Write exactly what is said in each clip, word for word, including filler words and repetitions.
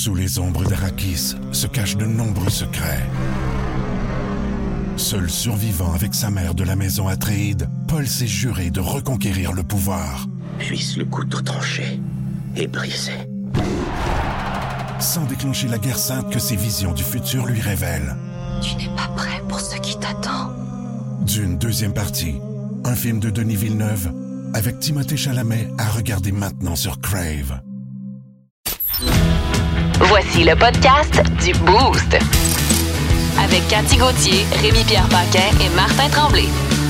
Sous les ombres d'Arrakis se cachent de nombreux secrets. Seul survivant avec sa mère de la maison Atréide, Paul s'est juré de reconquérir le pouvoir. Puisse le couteau tranché et brisé. Sans déclencher la guerre sainte que ses visions du futur lui révèlent. Tu n'es pas prêt pour ce qui t'attend. Dune, deuxième partie. Un film de Denis Villeneuve avec Timothée Chalamet à regarder maintenant sur Crave. Voici le podcast du Boost. Avec Cathy Gauthier, Rémi-Pierre Paquin et Martin Tremblay.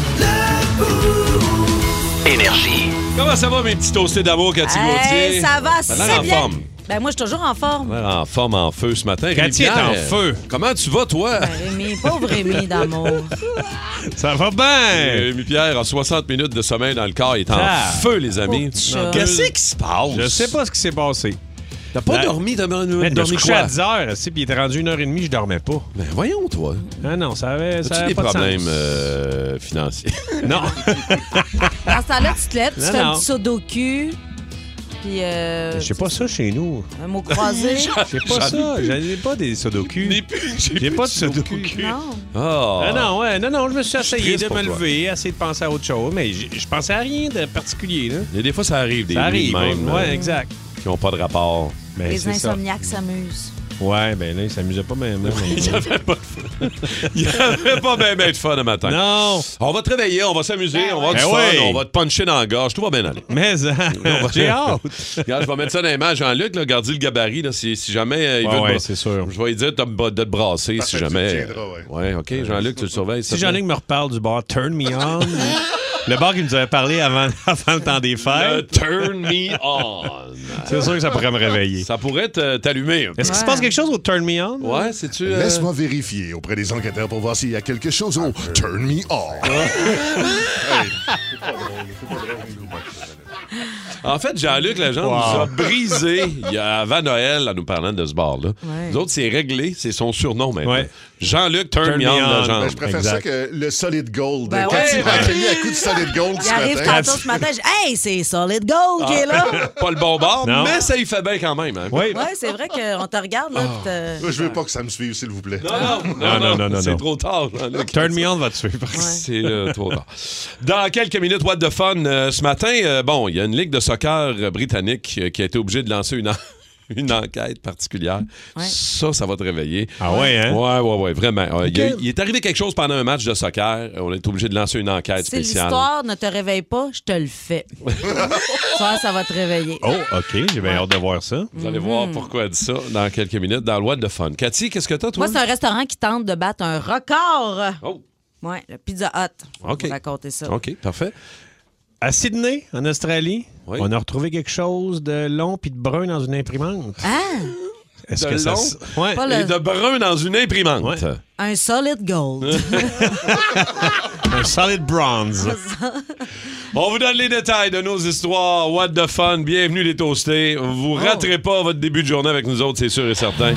Énergie. Comment ça va, mes petits toastés d'amour, Cathy hey, Gauthier? Ça va, c'est c'est bien. En forme. Ben moi, je suis toujours en forme. En forme, en feu ce matin. Cathy est en feu. Comment tu vas, toi? Ben, Rémi, pauvre Rémi d'amour. Ça va bien. Rémi-Pierre a soixante minutes de sommeil dans le corps. Il est en Ah. feu, les amis. Qu'est-ce qui se passe? Je sais pas ce qui s'est passé. T'as pas Ben, dormi? T'as dormi, mais dormi je me suis quoi? couché à dix heures, puis il était rendu une heure et demie, je dormais pas. Ben voyons, toi. Ah non, ça avait, ça As-tu avait des pas problèmes de sens. euh, financiers? Non. Dans ce temps-là, tu te lèves, tu Non, fais un non. petit sudoku, puis... Euh, Je sais pas ça chez nous. un mot croisé. Je sais pas ça. J'en ai pas des sudoku. J'ai pas de sudoku. Non. Oh. Ah non, ouais, non, non, je me suis Je suis essayé triste de me pour toi. lever, essayer de penser à autre chose, mais j- je pensais à rien de particulier, là. Et des fois, ça arrive, des Ça nuits arrive, de même, ouais, euh, exact. qui n'ont pas de rapport. Ben, Les c'est ça. insomniaques s'amusent. Ouais, ben là, il s'amusait pas même. Il n'y avait pas de fun. Il n'y avait pas bien ben de fun le matin. Non! On va te réveiller, on va s'amuser, on va avoir du Ben fun, oui. on va te puncher dans la gorge. Tout va bien aller. Mais hein, On va- j'ai hâte. Regarde, je vais mettre ça dans les mains. Jean-Luc, là, gardez le gabarit. Là, si, si jamais euh, il Ouais, veut te ouais, bra- c'est sûr. Je vais lui dire de te, de te brasser si tu jamais. le tiendras, ouais. ouais, OK. Jean-Luc, tu le surveilles. Si Jean-Luc me reparle du bar Turn Me On, le bar qui nous avait parlé avant, avant le temps des Le fêtes, Turn Me On. c'est sûr que ça pourrait me réveiller. Ça pourrait te- t'allumer. Est-ce qu'il se passe quelque chose au Turn Me On? Ouais, c'est-tu. euh, Laisse-moi vérifier auprès des enquêteurs pour voir s'il y a quelque chose au Turn Me On. En fait, Jean-Luc, la gens Wow. nous a brisé il y a- avant Noël en nous parlant de ce bar-là. Ouais. Les autres, c'est réglé, c'est son surnom maintenant. Ouais. Jean-Luc Turn, Turn Me Me On, On. la jambe. Ben, je préfère Exact. ça que le Solid Gold. Ben Cathy ouais. m'a accueilli à coup de Solid Gold Il ce arrive matin. tantôt ce matin, je dis, hey, c'est Solid Gold qui est là. Pas le bon bar, Non. mais ça y fait bien quand même. Hein? Oui. Ouais, c'est vrai qu'on te regarde, là. Ah. pis te- Moi, je veux pas que ça me suive, s'il vous plaît. Non, non, Non, non, non, non, c'est non. trop tard. Jean-Luc. Turn Me On va te suivre. C'est euh, trop tard. Dans quelques minutes, What the Fun. euh, ce matin, euh, bon, il y a une ligue de soccer euh, britannique euh, qui a été obligée de lancer une, en- une enquête particulière. Ouais. Ça, ça va te réveiller. Ah ouais, hein? Ouais, ouais, ouais, vraiment. Euh, il, y a- Ok. il est arrivé quelque chose pendant un match de soccer. On est obligé de lancer une enquête Si spéciale. l'histoire ne te réveille pas, je te le fais. Ça, ça va te réveiller. Oh, OK, j'ai bien hâte de voir ça. Vous allez voir pourquoi elle dit ça dans quelques minutes dans le What the Fun. Cathy, qu'est-ce que t'as, toi? Moi, c'est un restaurant qui tente de battre un record. Oh, Ouais, le Pizza Hut. OK. Je vais raconter ça. OK, parfait. À Sydney, en Australie, Oui. on a retrouvé quelque chose de long puis de brun dans une imprimante. Ah, Est-ce De que ça... long? s- Ouais. Pas Et le- de brun dans une imprimante. Ouais. un Solid Gold. Un solid bronze. On vous donne les détails de nos histoires. What the Fun. Bienvenue les toastés. Vous raterez pas votre début de journée avec nous autres, c'est sûr et certain.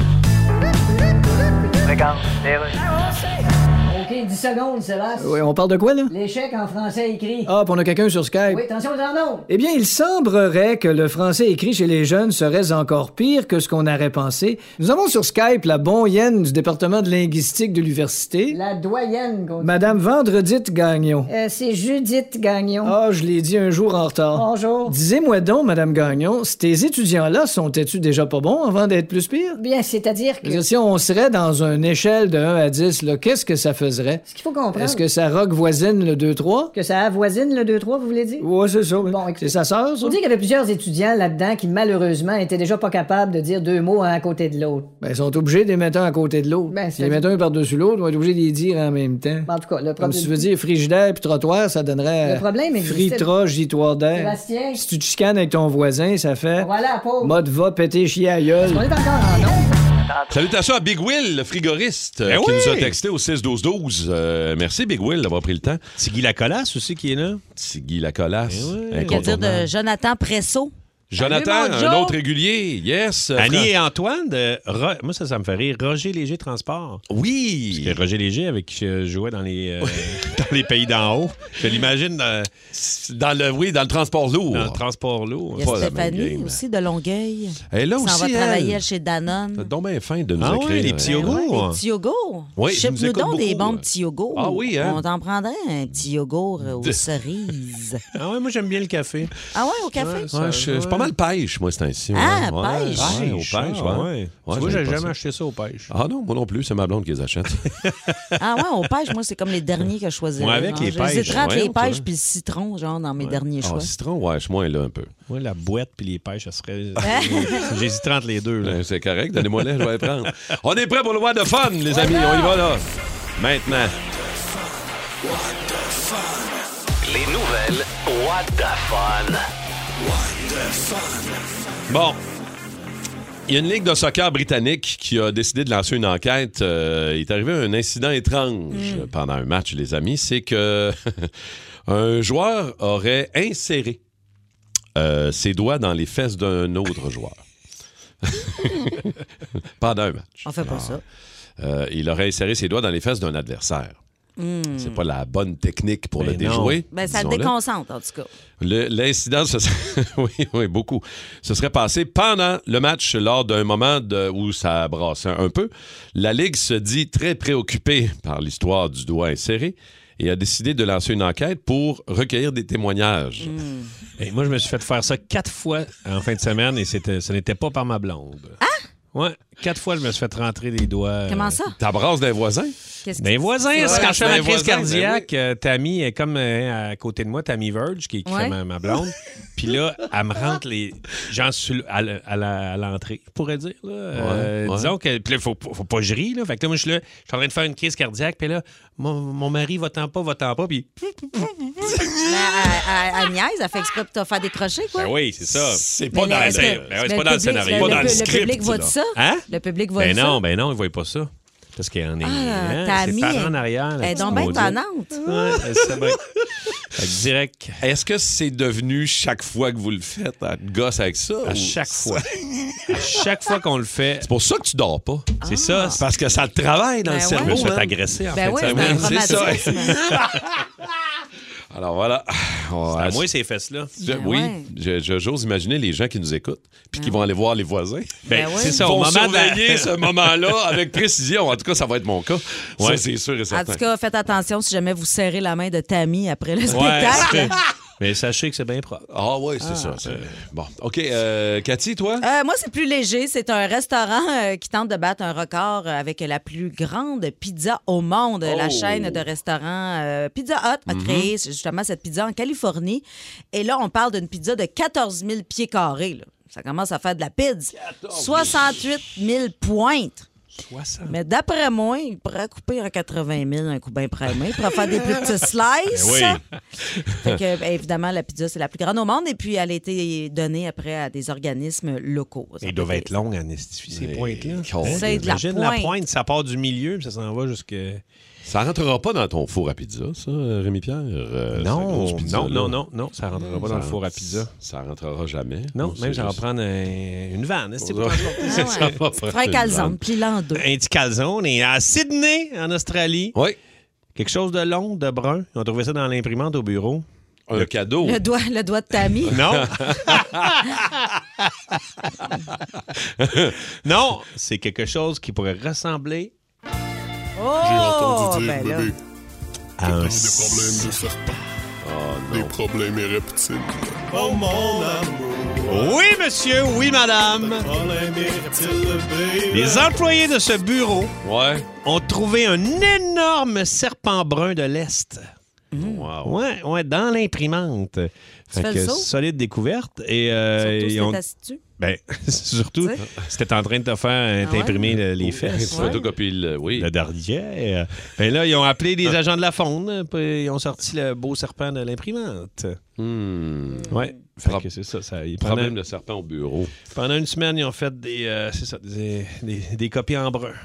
OK, dix secondes, Sébastien. Oui, on parle de quoi, là? L'échec en français écrit. Ah, puis on a quelqu'un sur Skype. Oui, attention aux annonces. Eh bien, il semblerait que le français écrit chez les jeunes serait encore pire que ce qu'on aurait pensé. Nous avons sur Skype la bonne du département de linguistique de l'université, La doyenne, qu'on dit. Madame Vendredite Gagnon. Euh, c'est Judith Gagnon. Ah, je l'ai dit un jour en retard. Bonjour. Disez-moi donc, Madame Gagnon, ces étudiants-là sont-ils déjà pas bons avant d'être plus pires? Bien, c'est-à-dire Je que... veux dire, si on serait dans une échelle de un à dix, là, qu'est-ce que ça ferait? Ce qu'il faut comprendre... Est-ce que ça rock voisine le deux trois? que ça avoisine le deux trois, vous voulez dire? Ouais, c'est ça. Bon, écoutez, c'est sa sœur, ça? Faut dire qu'il y avait plusieurs étudiants là-dedans qui, malheureusement, étaient déjà pas capables de dire deux mots un à côté de l'autre. Ben, ils sont obligés de les mettre un à côté de l'autre. Ben, Si c'est- les mettent un par-dessus l'autre, on va être obligé de les dire en même temps. En tout cas, le Comme problème... si tu veux dire frigidaire puis trottoir, ça donnerait. Le problème existait- Fritra, gitoire d'air. Sébastien? Si tu te chicanes avec ton voisin, ça fait. Voilà, pauvre. Mode va péter chier à gueule. On est encore en ondes. Salutations à Big Will, le frigoriste, euh, Ben qui oui! nous a texté au six douze douze. Euh, merci, Big Will, d'avoir pris le temps. C'est Guy Lacolasse aussi qui est là. C'est Guy Lacolasse. Eh ouais. Il y a dire incontournable. de Jonathan Presso. Jonathan, Salut, mon un Joe. autre régulier. Yes. Annie Fran- et Antoine, de Ro- moi, ça, ça me fait rire. Roger Léger Transport. Oui. Parce que Roger Léger, avec qui je jouais dans les, euh, dans les pays d'en haut, je l'imagine dans, Dans le, oui, dans le transport lourd. dans le transport lourd. Il y a Pas la même Stéphanie game. aussi de Longueuil. Elle là qui s'en aussi, va travailler elle. chez Danone. C'est donc bien fin de nous Ah écrire. ouais, les petits Ben yogos. ouais, les petits yogos. Oui, je nous Ship-nous écoute donc des beaucoup. bons petits yogos. Ah oui, hein? On t'en prendrait un petit yogourt aux De- cerises. Ah ouais, moi, j'aime bien le café. Ah ouais, au café? Ouais, Ouais, je je suis pas mal pêche, moi, c'est ainsi. Ah, ouais. pêche. Ouais, au pêche, Ah, ouais. ouais. Ouais, Tu vois, j'aime j'ai pas jamais ça. acheté ça au pêche. Ah non, moi non plus, c'est ma blonde qui les achète. Ah ouais, au pêche, moi, c'est comme les derniers que je choisirais. Moi, avec genre. les pêches, J'hésiterais entre ouais, les tu vois. pêches puis le citron, genre, dans mes derniers Ah, choix. citron, ouais, je suis moins là un peu. Moi, la boîte puis les pêches, ça serait. J'hésiterais entre les deux. Là. Euh, C'est correct, donnez-moi là, je vais les prendre. On est prêts pour le What de Fun, les amis, on y va là. Maintenant. Les nouvelles What the Fun. Bon. Il y a une ligue de soccer britannique qui a décidé de lancer une enquête. Euh, il est arrivé un incident étrange Mm. pendant un match, les amis. C'est que un joueur aurait inséré euh, ses doigts dans les fesses d'un autre joueur. Pendant un match. On fait pas ça. Euh, il aurait inséré ses doigts dans les fesses d'un adversaire. Mm. C'est pas la bonne technique pour Ben le non. déjouer. Ben, ça le disons-le. déconcentre, en tout cas. Le- L'incident, ce serait... oui, oui, beaucoup. Ce serait passé pendant le match, lors d'un moment de- où ça brassait un peu. La Ligue se dit très préoccupée par l'histoire du doigt inséré et a décidé de lancer une enquête pour recueillir des témoignages. Et moi, je me suis fait faire ça quatre fois en fin de semaine et c'était, ce n'était pas par ma blonde. Ah? Ouais, quatre fois, je me suis fait rentrer les doigts. Comment ça? T'abrasses des voisins? Qu'est-ce Des voisins, Ouais, c'est quand je fais ma des crise voisins, cardiaque, euh, Tammy est comme euh, à côté de moi, Tammy Verge, qui, qui Ouais. fait ma, ma blonde. Puis là, elle me rentre les gens sur, à, l- à la- à l'entrée, je pourrais dire. Là. Euh, Ouais, ouais. Disons que. Puis là, il faut, faut pas que je rie. Là. Fait que là, moi, je suis là, je suis en train de faire une crise cardiaque. Puis là, mon, mon mari va-t'en pas, va-t'en pas. Puis. Mais à, à, à niaise, elle fait exprès pour te faire décrocher, quoi. Ben oui, c'est ça. C'est Mais pas le- dans, est-ce le- que- ben ouais, c'est mais pas dans le public- scénario, pas dans le le script. public voit là. ça? Hein? Le public voit Ben ça? non, ben non, il voit pas ça. Parce qu'elle en est. Ah, hein, ta ses amie, parents elle- en arrière. la Elle est petite donc bien maudite. tannante. Ouais, elle sait bien. Fait que direct. Est-ce que c'est devenu chaque fois que vous le faites, à te gosse avec ça? À ou- chaque fois. À chaque fois qu'on le fait. C'est pour ça que tu dors pas. C'est ça. C'est parce que ça te travaille dans Ben le ouais. Je cerveau. me suis fait man. agresser en Ben fin oui, de c'est semaine. un c'est ça. traumatisme. Alors voilà. On- À moi, ces fesses-là. Je- Ben oui, ouais. je- je- j'ose imaginer les gens qui nous écoutent puis qui Ben vont aller voir les voisins. Ben, Ben c'est oui. ça. Ils Au vont moment de la- surveiller ce moment-là avec précision. En tout cas, ça va être mon cas. Ça, Ouais. c'est sûr et En certain. tout cas, faites attention si jamais vous serrez la main de Tammy après le Ouais, spectacle. mais sachez que c'est bien propre. Ah oui, c'est ça. c'est- Bon, OK. euh, Cathy, toi? Euh, moi, c'est plus léger. C'est un restaurant euh, qui tente de battre un record euh, avec la plus grande pizza au monde. La Oh. chaîne de restaurants euh, Pizza Hut a créé justement cette pizza en Californie. Et là, on parle d'une pizza de quatorze mille pieds carrés. Là. Ça commence à faire de la pizza. soixante-huit mille pointes. soixante. Mais d'après moi, il pourrait couper en quatre-vingt mille un coup bien primé. Il pourrait faire des plus petits slices. Ben Fait que, ben, évidemment, la pizza, c'est la plus grande au monde. Et puis, elle a été donnée après à des organismes locaux. Ça Ils fait doivent que- être longs à anesthésier, ces Mais- pointes-là. Oh. C'est de la Imagine la pointe. pointe, ça part du milieu, puis ça s'en va jusque. Ça rentrera pas dans ton four à pizza, ça, Rémi-Pierre? Euh, cette grosse non, pizza-là. non, non, non, non, ça rentrera pas dans le four à pizza. Ça rentrera jamais. Non, c'est même ça va juste- prendre un- une vanne. Est-ce que Ouais. pour transporter Ah ça? ouais. Ça va Tu prendre ferais un une calzone, vanne. plie en deux. Un petit calzone. Et à Sydney, en Australie, Oui, quelque chose de long, de brun. Ils ont trouvé ça dans l'imprimante au bureau. un cadeau. Le doigt, le doigt de Tammy. Non. non, c'est quelque chose qui pourrait ressembler Oh! J'ai entendu dire, ben là. bébé, à que un t'as des problèmes de serpent. Oh, Des non. problèmes éreptiles. Oh mon amour, Oui, monsieur, oui, madame. problème éreptile, baby. Les employés de ce bureau Ouais. ont trouvé un énorme serpent brun de l'Est. Wow. Ouais, ouais, dans l'imprimante. Fait fais que le saut? solide découverte. Et euh, Surtout si ils ont- t'es assis dessus. ben, surtout, Tu sais? c'était en train de te faire euh, Ah ouais? t'imprimer le- les Tu fesses. photocopies le... Oui. Le derrière. Ben là, ils ont appelé des agents de la faune, puis ils ont sorti le beau serpent de l'imprimante. Hmm. Ouais. Fait que c'est ça. ça il Problème pendant, de serpent au bureau. Pendant une semaine, ils ont fait des, euh, c'est ça, des, des, des copies en brun.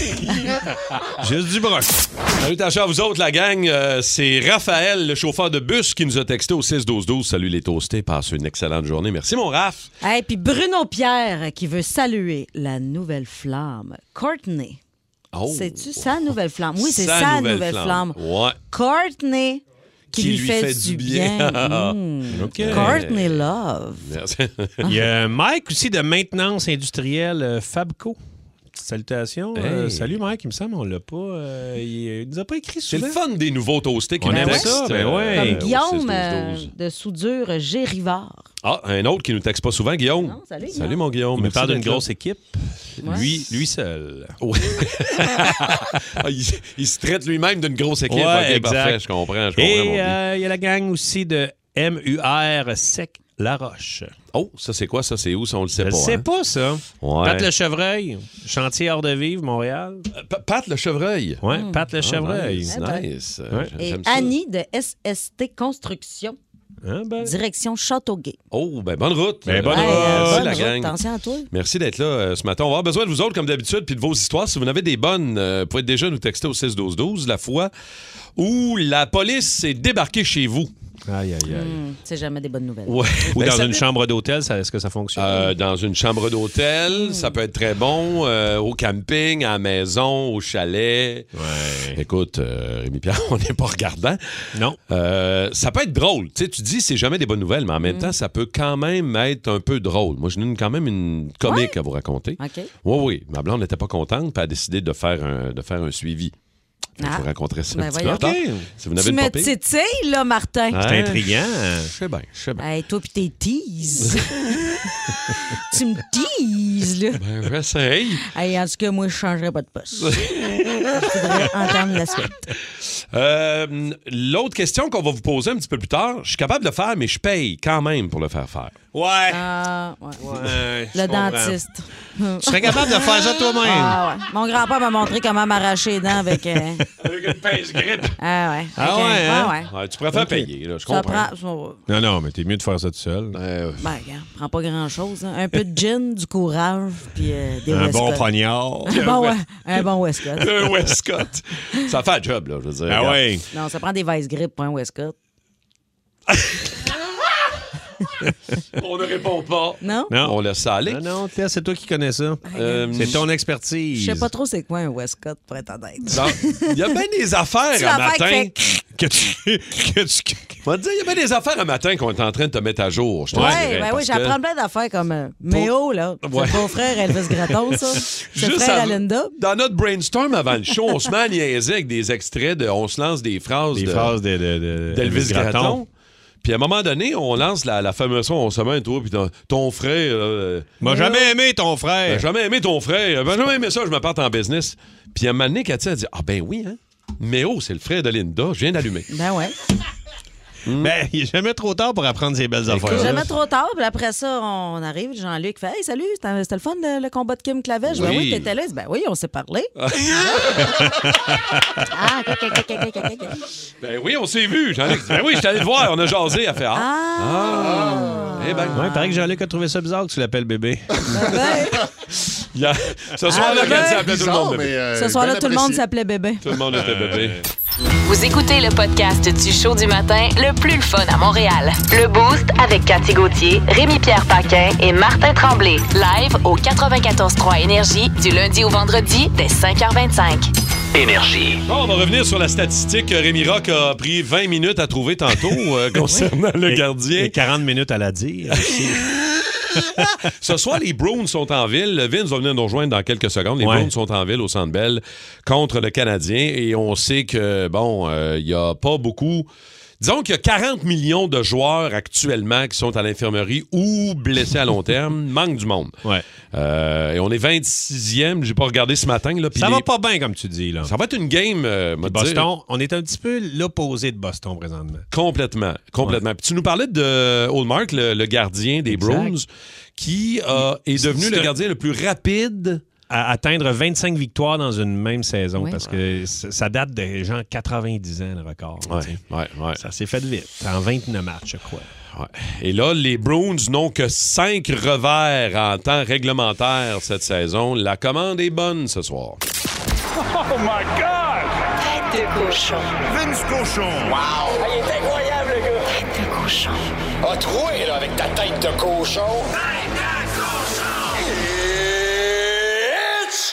Juste du brun. Salutations à vous autres, la gang. Euh, c'est Raphaël, le chauffeur de bus, qui nous a texté au six douze douze. Salut les toastés, passe une excellente journée. Merci, mon Raph. Et puis Bruno Pierre qui veut saluer la nouvelle flamme, Courtney. Oh. C'est-tu sa nouvelle flamme? Oui, c'est Sa sa nouvelle nouvelle, flamme. flamme. Ouais. Courtney qui, qui lui, fait, fait du bien. bien. Mmh. Okay. Courtney Love. Merci. Il y a Mike aussi de maintenance industrielle euh, Fabco. Salutations. Hey. Euh, salut Mike, il me semble, on l'a pas. Euh, il, il nous a pas écrit C'est souvent. le fun des nouveaux toastés qui on nous aime textent. ça, ben ouais. Comme Euh, Guillaume au six douze douze. euh, de Soudure Gérivard. Ah, un autre qui nous texte pas souvent, Guillaume. Non, salut, Salut, Guillaume. mon Guillaume. Il me Merci parle d'une d'être là. grosse équipe. Ouais. Lui, lui seul. Ouais. Ah, il, il se traite lui-même d'une grosse équipe. Ouais, Ok, exact. parfait, je comprends. Je comprends mon Et Guy. euh, il y a la gang aussi de M U R Sec La Roche. Oh, ça, c'est quoi? Ça, c'est où? Ça, on le sait Je pas. sais hein? pas, ça. Ouais. Pat le Chevreuil, chantier hors de vivre, Montréal. Euh, P- Pat le chevreuil. Ouais, Pat le Ah, Chevreuil. nice, Eh ben. nice. Ouais. J'ai- Et j'aime ça. Annie de S S T Construction, Hein, ben? direction Châteauguay. Oh, ben bonne route. Ben, bonne Hey, route. euh, Merci, bonne la route. gang. Attention à toi. Merci d'être là euh, ce matin. On va avoir besoin de vous autres, comme d'habitude, puis de vos histoires. Si vous en avez des bonnes, euh, vous pouvez déjà nous texter au six douze douze. La fois où la police s'est débarquée chez vous. Aïe, aïe, aïe. Hmm, c'est jamais des bonnes nouvelles. Ouais. Ou Ben, dans ça une dé- chambre d'hôtel, ça, est-ce que ça fonctionne? Euh, dans une chambre d'hôtel, ça peut être très bon. euh, au camping, à la maison, au chalet. Ouais. Écoute, euh, Rémi-Pierre, on n'est pas regardant. Non. Euh, ça peut être drôle. Tu sais, tu dis c'est jamais des bonnes nouvelles, mais en même temps, ça peut quand même être un peu drôle. Moi, j'ai une- quand même une comique à vous raconter. OK. Oui, oui. Ma blonde n'était pas contente, puis elle a décidé de faire un, de faire un suivi. Fait que Ah. Je vous raconterai ça Ben un petit peu voyons. plus tard. OK. Si vous n'avez Tu pas me pire. titilles, là, Martin. Hein? C'est intriguant. Je sais bien, je sais bien. Hey, toi pis tes teases. Tu me teases, là. Ben, j'essaye. Hey, en tout cas, moi, je changerais pas de poste. Je voudrais entendre la suite. Euh, L'autre question qu'on va vous poser un petit peu plus tard, je suis capable de le faire, mais je paye quand même pour le faire faire. Ouais. Ah, ouais. Ouais, je Le comprends. dentiste. Tu serais capable de faire ça toi-même. Ah, ouais. Mon grand-père m'a montré comment m'arracher les dents avec. euh, Avec une pince grippe. Ah, ouais. Ah, Avec un- ouais, hein? ouais, ouais. Ouais, tu préfères payer, là, je Ça comprends. prend. ça- Non, non, mais t'es mieux de faire ça tout seul. Euh, Ben, regarde, prend pas grand-chose. hein. Un peu de gin, du courage, puis euh, des Un bon Westcott. poignard. Un bon, ouais, un bon Westcott. un Westcott. Ça fait un job, là, je veux dire. Ah Regarde. ouais. Non, ça prend des vice grips pour un Westcott. On ne répond pas. Non? Non. On laisse ça aller. Non, non, Pierre, c'est toi qui connais ça. Euh, C'est ton expertise. Je sais pas trop c'est quoi un Westcott, pour être honnête. non, Il y a bien des affaires Tu à l'affaire qui matin. fait- Que tu. Que tu... On va te dire, il y a bien des affaires à matin qu'on est en train de te mettre à jour. Je te Ouais, dirais, ben oui, parce que j'apprends plein d'affaires comme euh, Méo, là. C'est Ouais. le beau-frère Elvis Gratton, ça. C'est le Juste frère à avant- Linda. Dans notre brainstorm avant le show, on se met à niaiser avec des extraits de. On se lance des phrases Des de- phrases de, de, de- d'Elvis Gratton. Puis à un moment donné, on lance la, la fameuse son, on se met, toi, puis ton, ton frère. euh, M'a jamais aimé ton Ben, frère. j'ai jamais aimé ton frère. Ben, j'ai jamais aimé ça, je me parte en business. Puis à un moment donné, Cathy a dit ah ben oui, hein. Méo, c'est le frère de Linda, je viens d'allumer. Ben ouais. Ben, il est jamais trop tard pour apprendre ces belles C'est affaires. jamais trop tard. Puis après ça, on arrive. Jean-Luc fait Hey, salut, c'était c'était le fun, le, le combat de Kim Clavel. Je dis Ben Oui. oui, t'étais là. Il dit, Ben oui, on s'est parlé. ah, ok, ok, ok, ok, ok, ok. Ben oui, on s'est vu. Jean-Luc dit ben oui, je suis allé te voir, on a jasé. Elle fait ah. Ah! Eh ben, Ouais, il paraît que Jean-Luc a trouvé ça bizarre que tu l'appelles bébé. Ben, il y a- ce soir-là, Ah, Cathy ben, appelait tout le Bizarre, monde mais, bébé. euh, ce soir-là, bien tout le monde apprécié. s'appelait bébé. Tout le monde était bébé. Vous écoutez le podcast du show du matin le plus le fun à Montréal. Le Boost avec Cathy Gauthier, Rémi-Pierre Paquin et Martin Tremblay. Live au quatre-vingt-quatorze trois Énergie du lundi au vendredi dès cinq heures vingt-cinq. Énergie. Bon, on va revenir sur la statistique. Rémi Rock a pris vingt minutes à trouver tantôt euh, concernant le gardien. Et quarante minutes à la dire aussi. Ce soir, les Bruins sont en ville. Vince va venir nous rejoindre dans quelques secondes. Les Ouais. Bruins sont en ville au Centre Bell contre le Canadien. Et on sait que, bon, il n'y a pas beaucoup... Disons qu'il y a quarante millions de joueurs actuellement qui sont à l'infirmerie ou blessés à long terme. Manque du monde. Ouais. Euh, et on est vingt-sixième. J'ai pas regardé ce matin. Là, puis Ça les- va pas bien, comme tu dis, là. Ça va être une game, euh, m'a dit- Boston, on est un petit peu l'opposé de Boston présentement. Complètement, complètement. Puis tu nous parlais de Hallmark, le, le gardien des Exact. Bruins, qui euh, est devenu C'est le un- gardien le plus rapide à atteindre vingt-cinq victoires dans une même saison Oui. parce que c- ça date de genre quatre-vingt-dix ans, le record. Ouais, tu sais. ouais, ouais. Ça s'est fait vite. C'est en vingt-neuf matchs, je crois. Ouais. Et là, les Bruins n'ont que cinq revers en temps réglementaire cette saison. La commande est bonne ce soir. Oh my God! Tête de cochon. Vince Cochon. Wow! Ah, il est incroyable, le gars! Tête de cochon. A troué, là, avec ta tête de cochon. Tête de cochon! It's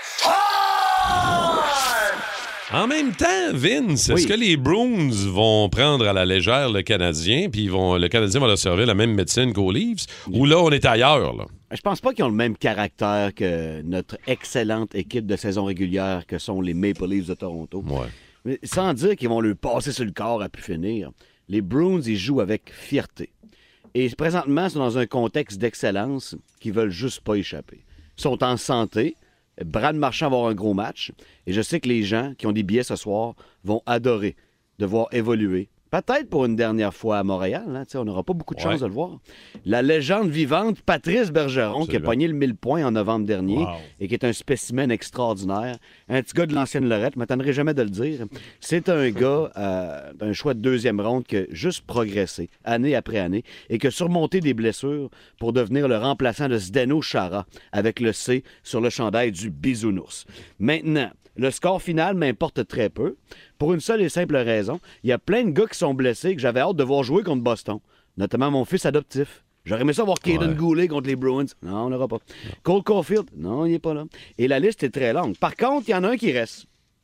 time! En même temps, Vince, est-ce Oui. que les Bruins vont prendre à la légère le Canadien, puis ils vont, le Canadien va leur servir la même médecine qu'aux Leafs, ou là, on est ailleurs, là? Je pense pas qu'ils ont le même caractère que notre excellente équipe de saison régulière que sont les Maple Leafs de Toronto. Ouais. Mais sans dire qu'ils vont le passer sur le corps à pu finir, les Bruins, ils jouent avec fierté. Et présentement, c'est dans un contexte d'excellence qu'ils veulent juste pas échapper. Ils sont en santé. Brad Marchand va avoir un gros match. Et je sais que les gens qui ont des billets ce soir vont adorer de voir évoluer. Peut-être pour une dernière fois à Montréal. Hein, on n'aura pas beaucoup de chance Ouais. de le voir. La légende vivante Patrice Bergeron, qui a Absolument. pogné le mille points en novembre dernier Wow. et qui est un spécimen extraordinaire. Un petit gars de l'ancienne Lorette, je ne m'attendrai jamais de le dire. C'est un gars euh, d'un choix de deuxième ronde qui a juste progressé, année après année, et qui a surmonté des blessures pour devenir le remplaçant de Zdeno Chara avec le C sur le chandail du Bisounours. Maintenant, le score final m'importe très peu, pour une seule et simple raison. Il y a plein de gars qui sont blessés que j'avais hâte de voir jouer contre Boston, notamment mon fils adoptif. J'aurais aimé ça voir Caden Ouais. Goulet contre les Bruins. Non, on n'aura pas. Cole Caulfield, non, il n'est pas là. Et la liste est très longue. Par contre, il y en a un qui reste.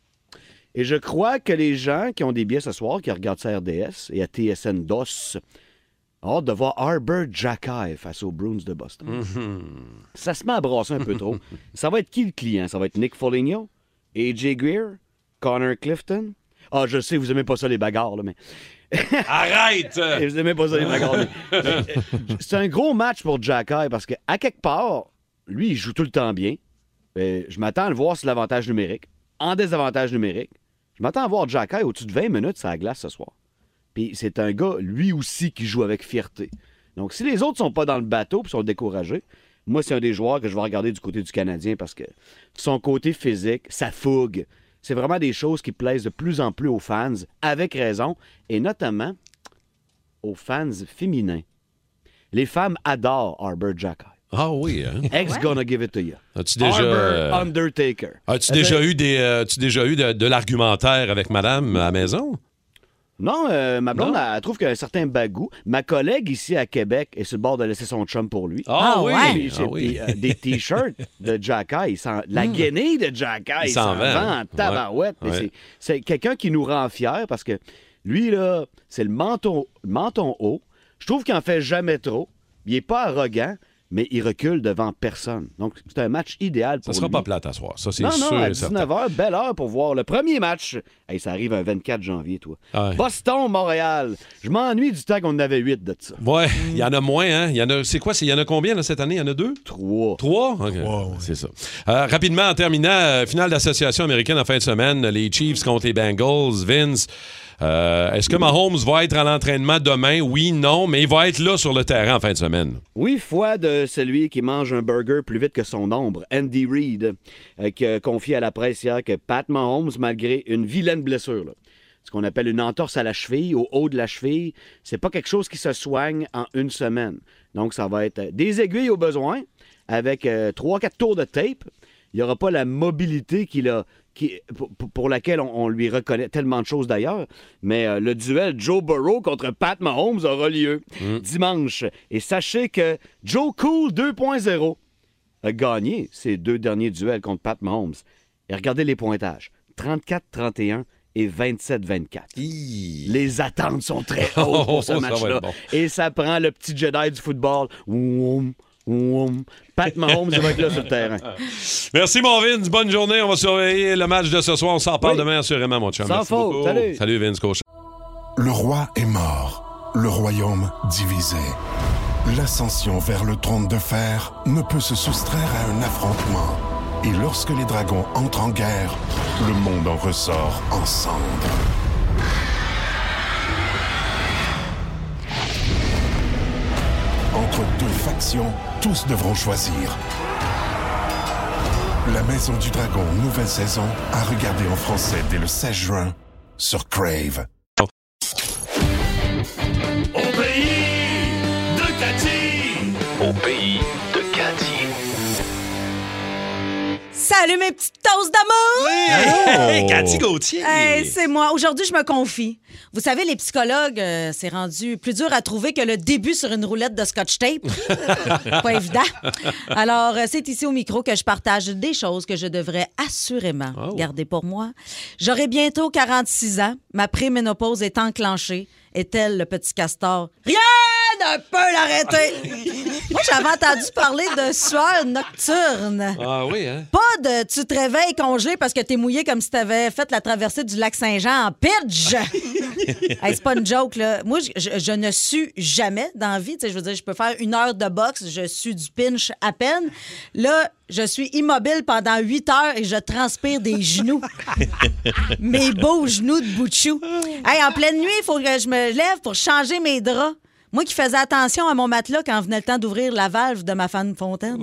Et je crois que les gens qui ont des billets ce soir, qui regardent ça à R D S et à T S N D O S, ont hâte de voir Arbor Xhekaj face aux Bruins de Boston. Ça se met à brasser un peu trop. Ça va être qui le client? Ça va être Nick Foligno? A J Greer? Connor Clifton? Ah, je sais, vous aimez pas ça les bagarres, là, mais... Arrête! Et vous aimez pas ça les bagarres. mais- euh, C'est un gros match pour Xhekaj parce qu'à quelque part, lui, il joue tout le temps bien. Euh, je m'attends à le voir sur l'avantage numérique. En désavantage numérique, je m'attends à voir Xhekaj au-dessus de vingt minutes sur la glace ce soir. Puis c'est un gars, lui aussi, qui joue avec fierté. Donc, si les autres sont pas dans le bateau et sont découragés, moi, c'est un des joueurs que je vais regarder du côté du Canadien parce que son côté physique, sa fougue, c'est vraiment des choses qui plaisent de plus en plus aux fans, avec raison, et notamment aux fans féminins. Les femmes adorent Arbor Xhekaj. Ah oui, hein? Ex gonna give it to you. As-tu déjà, Arbor euh, Undertaker. As-tu Euh, déjà eu, des, euh, as-tu déjà eu de, de l'argumentaire avec madame à la maison? Non, euh, ma blonde, Non? elle, elle trouve qu'il y a un certain bagou. Ma collègue ici à Québec est sur le bord de laisser son chum pour lui. Ah, Ah oui! ouais? Puis, c'est- Ah oui. puis, euh, des t-shirts de Xhekaj. il s'en- La guenille de Xhekaj, Il il s'en s'en vend, vend hein? en tabarouette. Ouais, Mais ouais. c'est- C'est quelqu'un qui nous rend fiers parce que lui, là, c'est le menton, le menton haut. Je trouve qu'il en fait jamais trop. Il est pas arrogant, mais il recule devant personne. Donc, c'est un match idéal pour Ça sera lui. pas plate à soir. Ça, c'est Non, sûr non, à et certain. dix-neuf heures, belle heure pour voir le premier match. Hey, ça arrive un vingt-quatre janvier, toi. Ouais. Boston, Montréal. Je m'ennuie du temps qu'on en avait huit de ça. Ouais, il y en a moins, hein? Il y en a, c'est quoi? c'est- Il y en a combien là, cette année? Il y en a deux? Trois. Trois? OK. C'est ça. Euh, rapidement, en terminant, euh, finale d'association américaine en fin de semaine, les Chiefs contre les Bengals. Vince, euh, est-ce que Mahomes va être à l'entraînement demain? Oui, non, mais il va être là sur le terrain en fin de semaine. Oui, foi de celui qui mange un burger plus vite que son ombre, Andy Reid, euh, qui a confié à la presse hier que Pat Mahomes, malgré une vilaine blessure, là, ce qu'on appelle une entorse à la cheville, au haut de la cheville, c'est pas quelque chose qui se soigne en une semaine. Donc, ça va être euh, des aiguilles au besoin, avec trois quatre tours de tape. Il n'y aura pas la mobilité qu'il a, qui, pour, pour laquelle on, on lui reconnaît tellement de choses d'ailleurs. Mais euh, le duel Joe Burrow contre Pat Mahomes aura lieu dimanche. Et sachez que Joe Cool deux point zéro a gagné ses deux derniers duels contre Pat Mahomes. Et regardez les pointages. trente-quatre trente et un et vingt-sept vingt-quatre. Les attentes sont très hautes pour ce Ça va match-là. être bon. Et ça prend le petit Jedi du football. Woum, woum. Pat Mahomes il va être là sur le terrain. Merci, mon Vince. Bonne journée. On va surveiller le match de ce soir. On s'en reparle Oui. demain, assurément, mon chum. Sans Merci faute. beaucoup. Salut. Salut, Vince Cochon. Le roi est mort, le royaume divisé. L'ascension vers le trône de fer ne peut se soustraire à un affrontement. Et lorsque les dragons entrent en guerre, le monde en ressort en cendres. Entre deux factions, tous devront choisir. La Maison du Dragon, nouvelle saison, à regarder en français dès le seize juin sur Crave. Au pays de Cathy. Au pays de Cathy. Salut mes petites toasts d'amour! Oui! Hey, Cathy Gauthier! Hey, c'est moi. Aujourd'hui, je me confie. Vous savez, les psychologues, euh, c'est rendu plus dur à trouver que le début sur une roulette de scotch tape. Pas évident. Alors, euh, c'est ici au micro que je partage des choses que je devrais assurément oh. garder pour moi. J'aurai bientôt quarante-six ans. Ma préménopause est enclenchée. Est-elle le petit castor? Rien ne peut l'arrêter! Moi, j'avais entendu parler de sueur nocturne. Ah oui, hein? Pas de tu te réveilles congelé parce que t'es mouillé comme si t'avais fait la traversée du lac Saint-Jean en pitch. Hey, c'est pas une joke, là. Moi, je, je, je ne sue jamais dans la vie. Tu sais, je veux dire, je peux faire une heure de boxe, je sue du pinch à peine. Là, je suis immobile pendant huit heures et je transpire des genoux. Mes beaux genoux de bout de chou. Hey, en pleine nuit, il faut que je me lève pour changer mes draps. Moi qui faisais attention à mon matelas quand venait le temps d'ouvrir la valve de ma fan fontaine.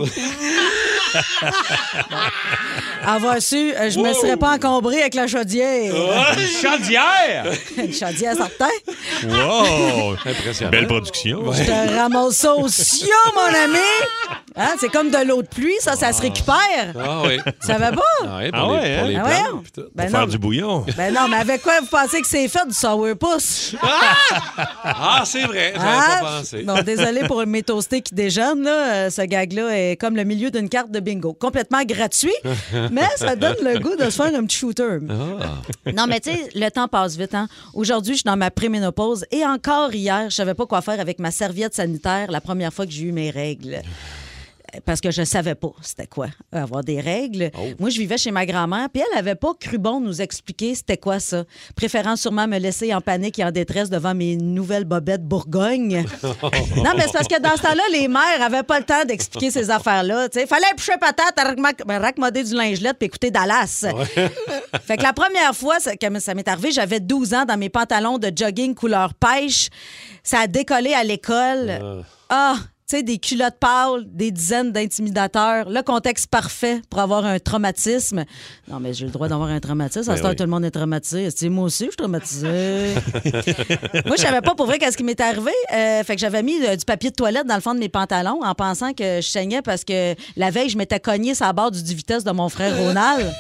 Avoir su, je wow. me serais pas encombré avec la chaudière. Oh, une chaudière! Une chaudière, certain. Wow! Impressionnant. Belle production. Ouais. Je te ramasse ça au sio, mon ami! Hein? C'est comme de l'eau de pluie, ça, ça se récupère. Ah oui. Ça va pas? Ah oui, pour ah les, ouais, pour les hein? plantes. Ah ouais. Putain. Ben Pour non, faire mais... du bouillon. Ben non, mais avec quoi vous pensez que c'est fait du sourpuss? Ah, ah c'est vrai, j'avais ah, pas pensé. Non, désolé pour mes toastés qui déjeunent, là. Ce gag-là est comme le milieu d'une carte de bingo. Complètement gratuit, mais ça donne le goût de se faire un petit shooter. Ah. Non, mais tu sais, le temps passe vite, hein? Aujourd'hui, je suis dans ma préménopause et encore hier, je savais pas quoi faire avec ma serviette sanitaire la première fois que j'ai eu mes règles. Parce que je savais pas c'était quoi avoir des règles. Oh. Moi, je vivais chez ma grand-mère, puis elle avait pas cru bon nous expliquer c'était quoi ça. Préférant sûrement me laisser en panique et en détresse devant mes nouvelles bobettes Bourgogne. Non, mais c'est parce que dans ce temps-là, les mères avaient pas le temps d'expliquer ces affaires-là. Il fallait éplucher patate, raccommoder du lingelette puis écouter Dallas. Ouais. Fait que la première fois ça, que ça m'est arrivé, j'avais douze ans dans mes pantalons de jogging couleur pêche. Ça a décollé à l'école. Uh. Ah! Tu sais, des culottes pâles, des dizaines d'intimidateurs. Le contexte parfait pour avoir un traumatisme. Non, mais j'ai le droit d'avoir un traumatisme. À ce temps, oui. Tout le monde est traumatisé. Tu moi aussi, je suis traumatisée. Moi, je savais pas pour vrai qu'est-ce qui m'est arrivé. Euh, fait que j'avais mis euh, du papier de toilette dans le fond de mes pantalons en pensant que je saignais parce que la veille, je m'étais cogné sur la barre du dix-vitesse de mon frère Ronald.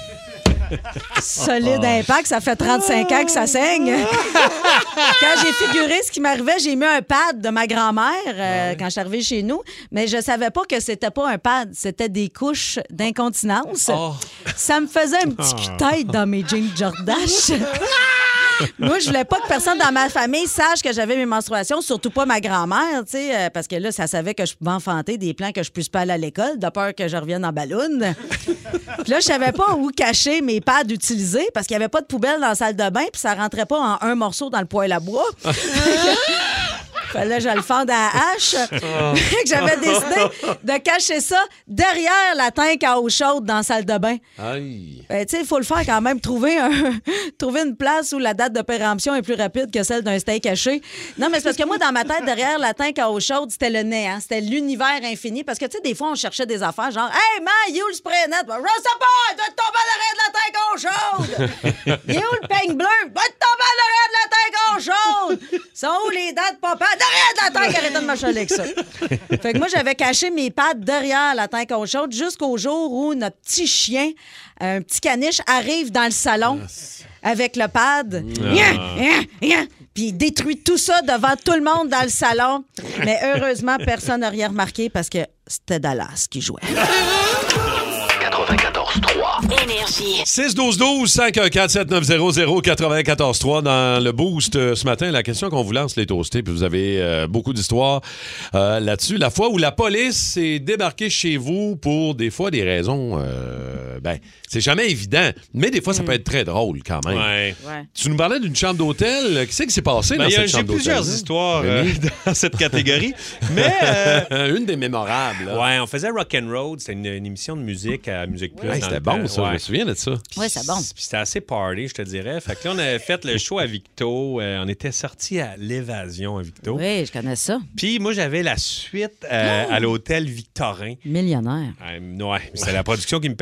Solide impact, ça fait trente-cinq ans que ça saigne. Quand j'ai figuré ce qui m'arrivait, j'ai mis un pad de ma grand-mère euh, ouais. quand je suis arrivée chez nous, mais je savais pas que c'était pas un pad, c'était des couches d'incontinence. Oh. Ça me faisait un petit cul-tête dans mes jeans Jordache. Moi, je voulais pas que personne dans ma famille sache que j'avais mes menstruations, surtout pas ma grand-mère, tu sais, euh, parce que là, ça savait que je pouvais enfanter des plans que je puisse pas aller à l'école, de peur que je revienne en ballon. Puis là, je savais pas où cacher mes pads utilisés parce qu'il y avait pas de poubelle dans la salle de bain, puis ça rentrait pas en un morceau dans le poêle à bois. Fallait que je le fende à la hache. Oh. J'avais décidé de cacher ça derrière la tank à eau chaude dans la salle de bain. Aïe. Ben, tu sais, il faut le faire quand même. Trouver, un, trouver une place où la date de péremption est plus rapide que celle d'un steak haché. Non, mais c'est parce que moi, dans ma tête, derrière la tank à eau chaude, c'était le néant. C'était l'univers infini. Parce que, tu sais, des fois, on cherchait des affaires genre, hey, man, you le spray net? Je sais pas, il doit tomber à l'arrêt de la tank à eau chaude. Il est où le peigne bleu? Il doit tomber à l'arrêt de la tank à eau chaude. Sont où les dates, papa? Derrière de la tank, arrêtez de me chialer avec ça. Fait que moi, j'avais caché mes pattes derrière la tank à eau chaude jusqu'au jour où notre petit chien, un petit caniche, arrive dans le salon yes. avec le pad. Ah. Puis il détruit tout ça devant tout le monde dans le salon. Mais heureusement, personne n'a rien remarqué parce que c'était Dallas qui jouait. quatre-vingt-quatorze trois Énergie. six douze douze cinq un quatre sept neuf zéro zéro quatre-vingt-quatorze trois dans le boost euh, ce matin. La question qu'on vous lance, les toastés, puis vous avez euh, beaucoup d'histoires euh, là-dessus. La fois où la police s'est débarquée chez vous pour des fois des raisons, euh, ben, c'est jamais évident, mais des fois, ça mm. peut être très drôle quand même. Ouais. Ouais. Tu nous parlais d'une chambre d'hôtel. Qu'est-ce qui s'est passé ben, dans a, cette chambre d'hôtel? J'ai plusieurs histoires euh, dans cette catégorie, mais... Euh... une des mémorables. Là. Ouais, on faisait Rock and Road. C'était une, une émission de musique à Musique Plus. Ouais, c'était bon, ça. Ouais. Je me souviens de ça. Oui, c'est bon. Puis c'était assez party, je te dirais. Fait que là, on avait fait le show à Victo. Euh, on était sortis à l'Évasion à Victo. Oui, je connais ça. Puis moi, j'avais la suite euh, oh. à l'hôtel Victorin. Millionnaire. Euh, ouais, c'était la production qui me payait ça. Fait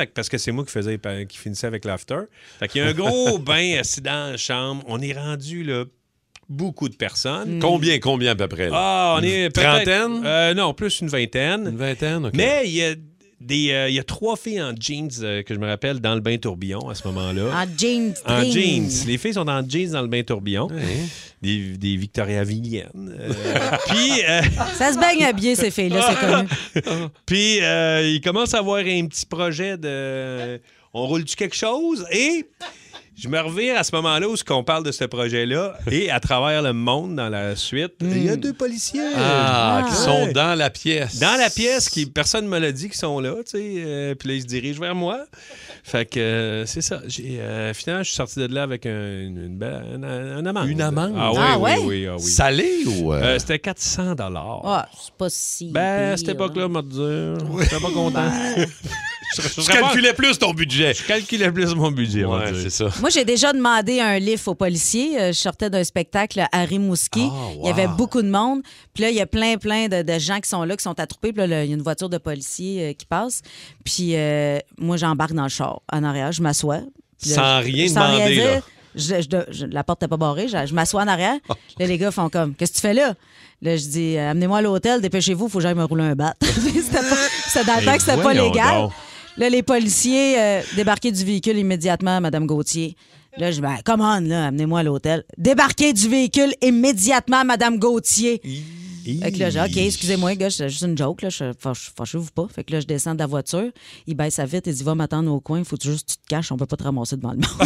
fait que, parce que c'est moi qui faisais qui finissais avec l'after. Fait qu'il y a un gros bain assis dans la chambre. On est rendu là beaucoup de personnes. Mm. Combien, combien à peu près? Là? Ah, on est une trentaine? Euh, non, plus une vingtaine. Une vingtaine, OK. Mais il y a des, euh, il y a trois filles en jeans euh, que je me rappelle dans le bain tourbillon à ce moment-là. En jeans. En jeans. jeans. Les filles sont en jeans dans le bain tourbillon. Ouais. Des, des Victoria Vivienne. Euh, puis... Euh... Ça se baigne bien, ces filles-là, c'est connu. Puis, euh, ils commencent à avoir un petit projet de... On roule-tu quelque chose? Et... Je me revire à ce moment-là où on parle de ce projet-là et à travers le monde dans la suite, il mm. y a deux policiers ah, ah, qui ouais. sont dans la pièce. Dans la pièce, qui personne ne me l'a dit qu'ils sont là, tu sais. Euh, puis là, ils se dirigent vers moi. Fait que euh, c'est ça. J'ai, euh, finalement, je suis sorti de là avec un, une, une, belle, une, une amende. Une amende? Ah oui, ah, oui, ouais? oui, oui, ah, oui. Salée ou... Euh... Euh, c'était quatre cents dollars. Ah, c'est pas si... Ben, à cette époque-là, on va te dire, j'étais pas content. Ben... Je, je, je calculais pas... plus ton budget. Je calculais plus mon budget, on va ouais, dire. c'est ça. Moi, j'ai déjà demandé un lift aux policiers. Je sortais d'un spectacle à Rimouski. Oh, wow. Il y avait beaucoup de monde. Puis là, il y a plein, plein de, de gens qui sont là, qui sont attroupés. Puis là, il y a une voiture de policiers euh, qui passe. Puis euh, moi, j'embarque dans le char en arrière. Je m'assois. Là, sans je, rien sans demander, rien dire, là. Je, je, je, la porte n'est pas barrée. Je, je m'assois en arrière. Là, les gars font comme, qu'est-ce que tu fais là? Là, je dis, amenez-moi à l'hôtel, dépêchez-vous, il faut que j'aille me rouler un bat. c'était, pas, c'était dans le temps que c'était pas légal. Donc. Là, les policiers euh, débarquaient du véhicule immédiatement, Mme Gauthier. Là, je dis, ben, come on, là, amenez-moi à l'hôtel. Débarquez du véhicule immédiatement, Mme Gauthier. Fait que là, j'ai OK, excusez-moi, gars, c'est juste une joke, là, je fâchez-vous pas. Fait que là, je descends de la voiture, il baisse sa vitre et dit, va m'attendre au coin, il faut juste que tu te caches, on peut pas te ramasser devant le monde.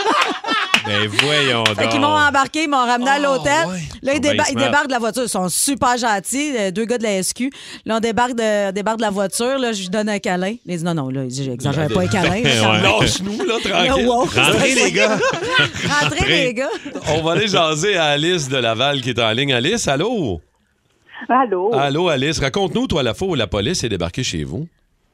Ben voyons donc. Fait qu'ils m'ont embarqué, ils m'ont ramené à l'hôtel. Oh, ouais. Là, ils, ben, déba- ils ils débarquent de la voiture. Ils sont super gentils, euh, deux gars de la S Q. Là, on débarque de, débarque de la voiture. Là, je lui donne un câlin. Ils disent non, non, là, j'exagère pas un câlin. Lâche-nous, là, tranquille. Wow. Rentrez, les gars. Rentrez, les gars. On va aller jaser à Alice de Laval qui est en ligne. Alice, allô? Allô? Allô, Alice. Raconte-nous, toi, la fois où la police est débarquée chez vous.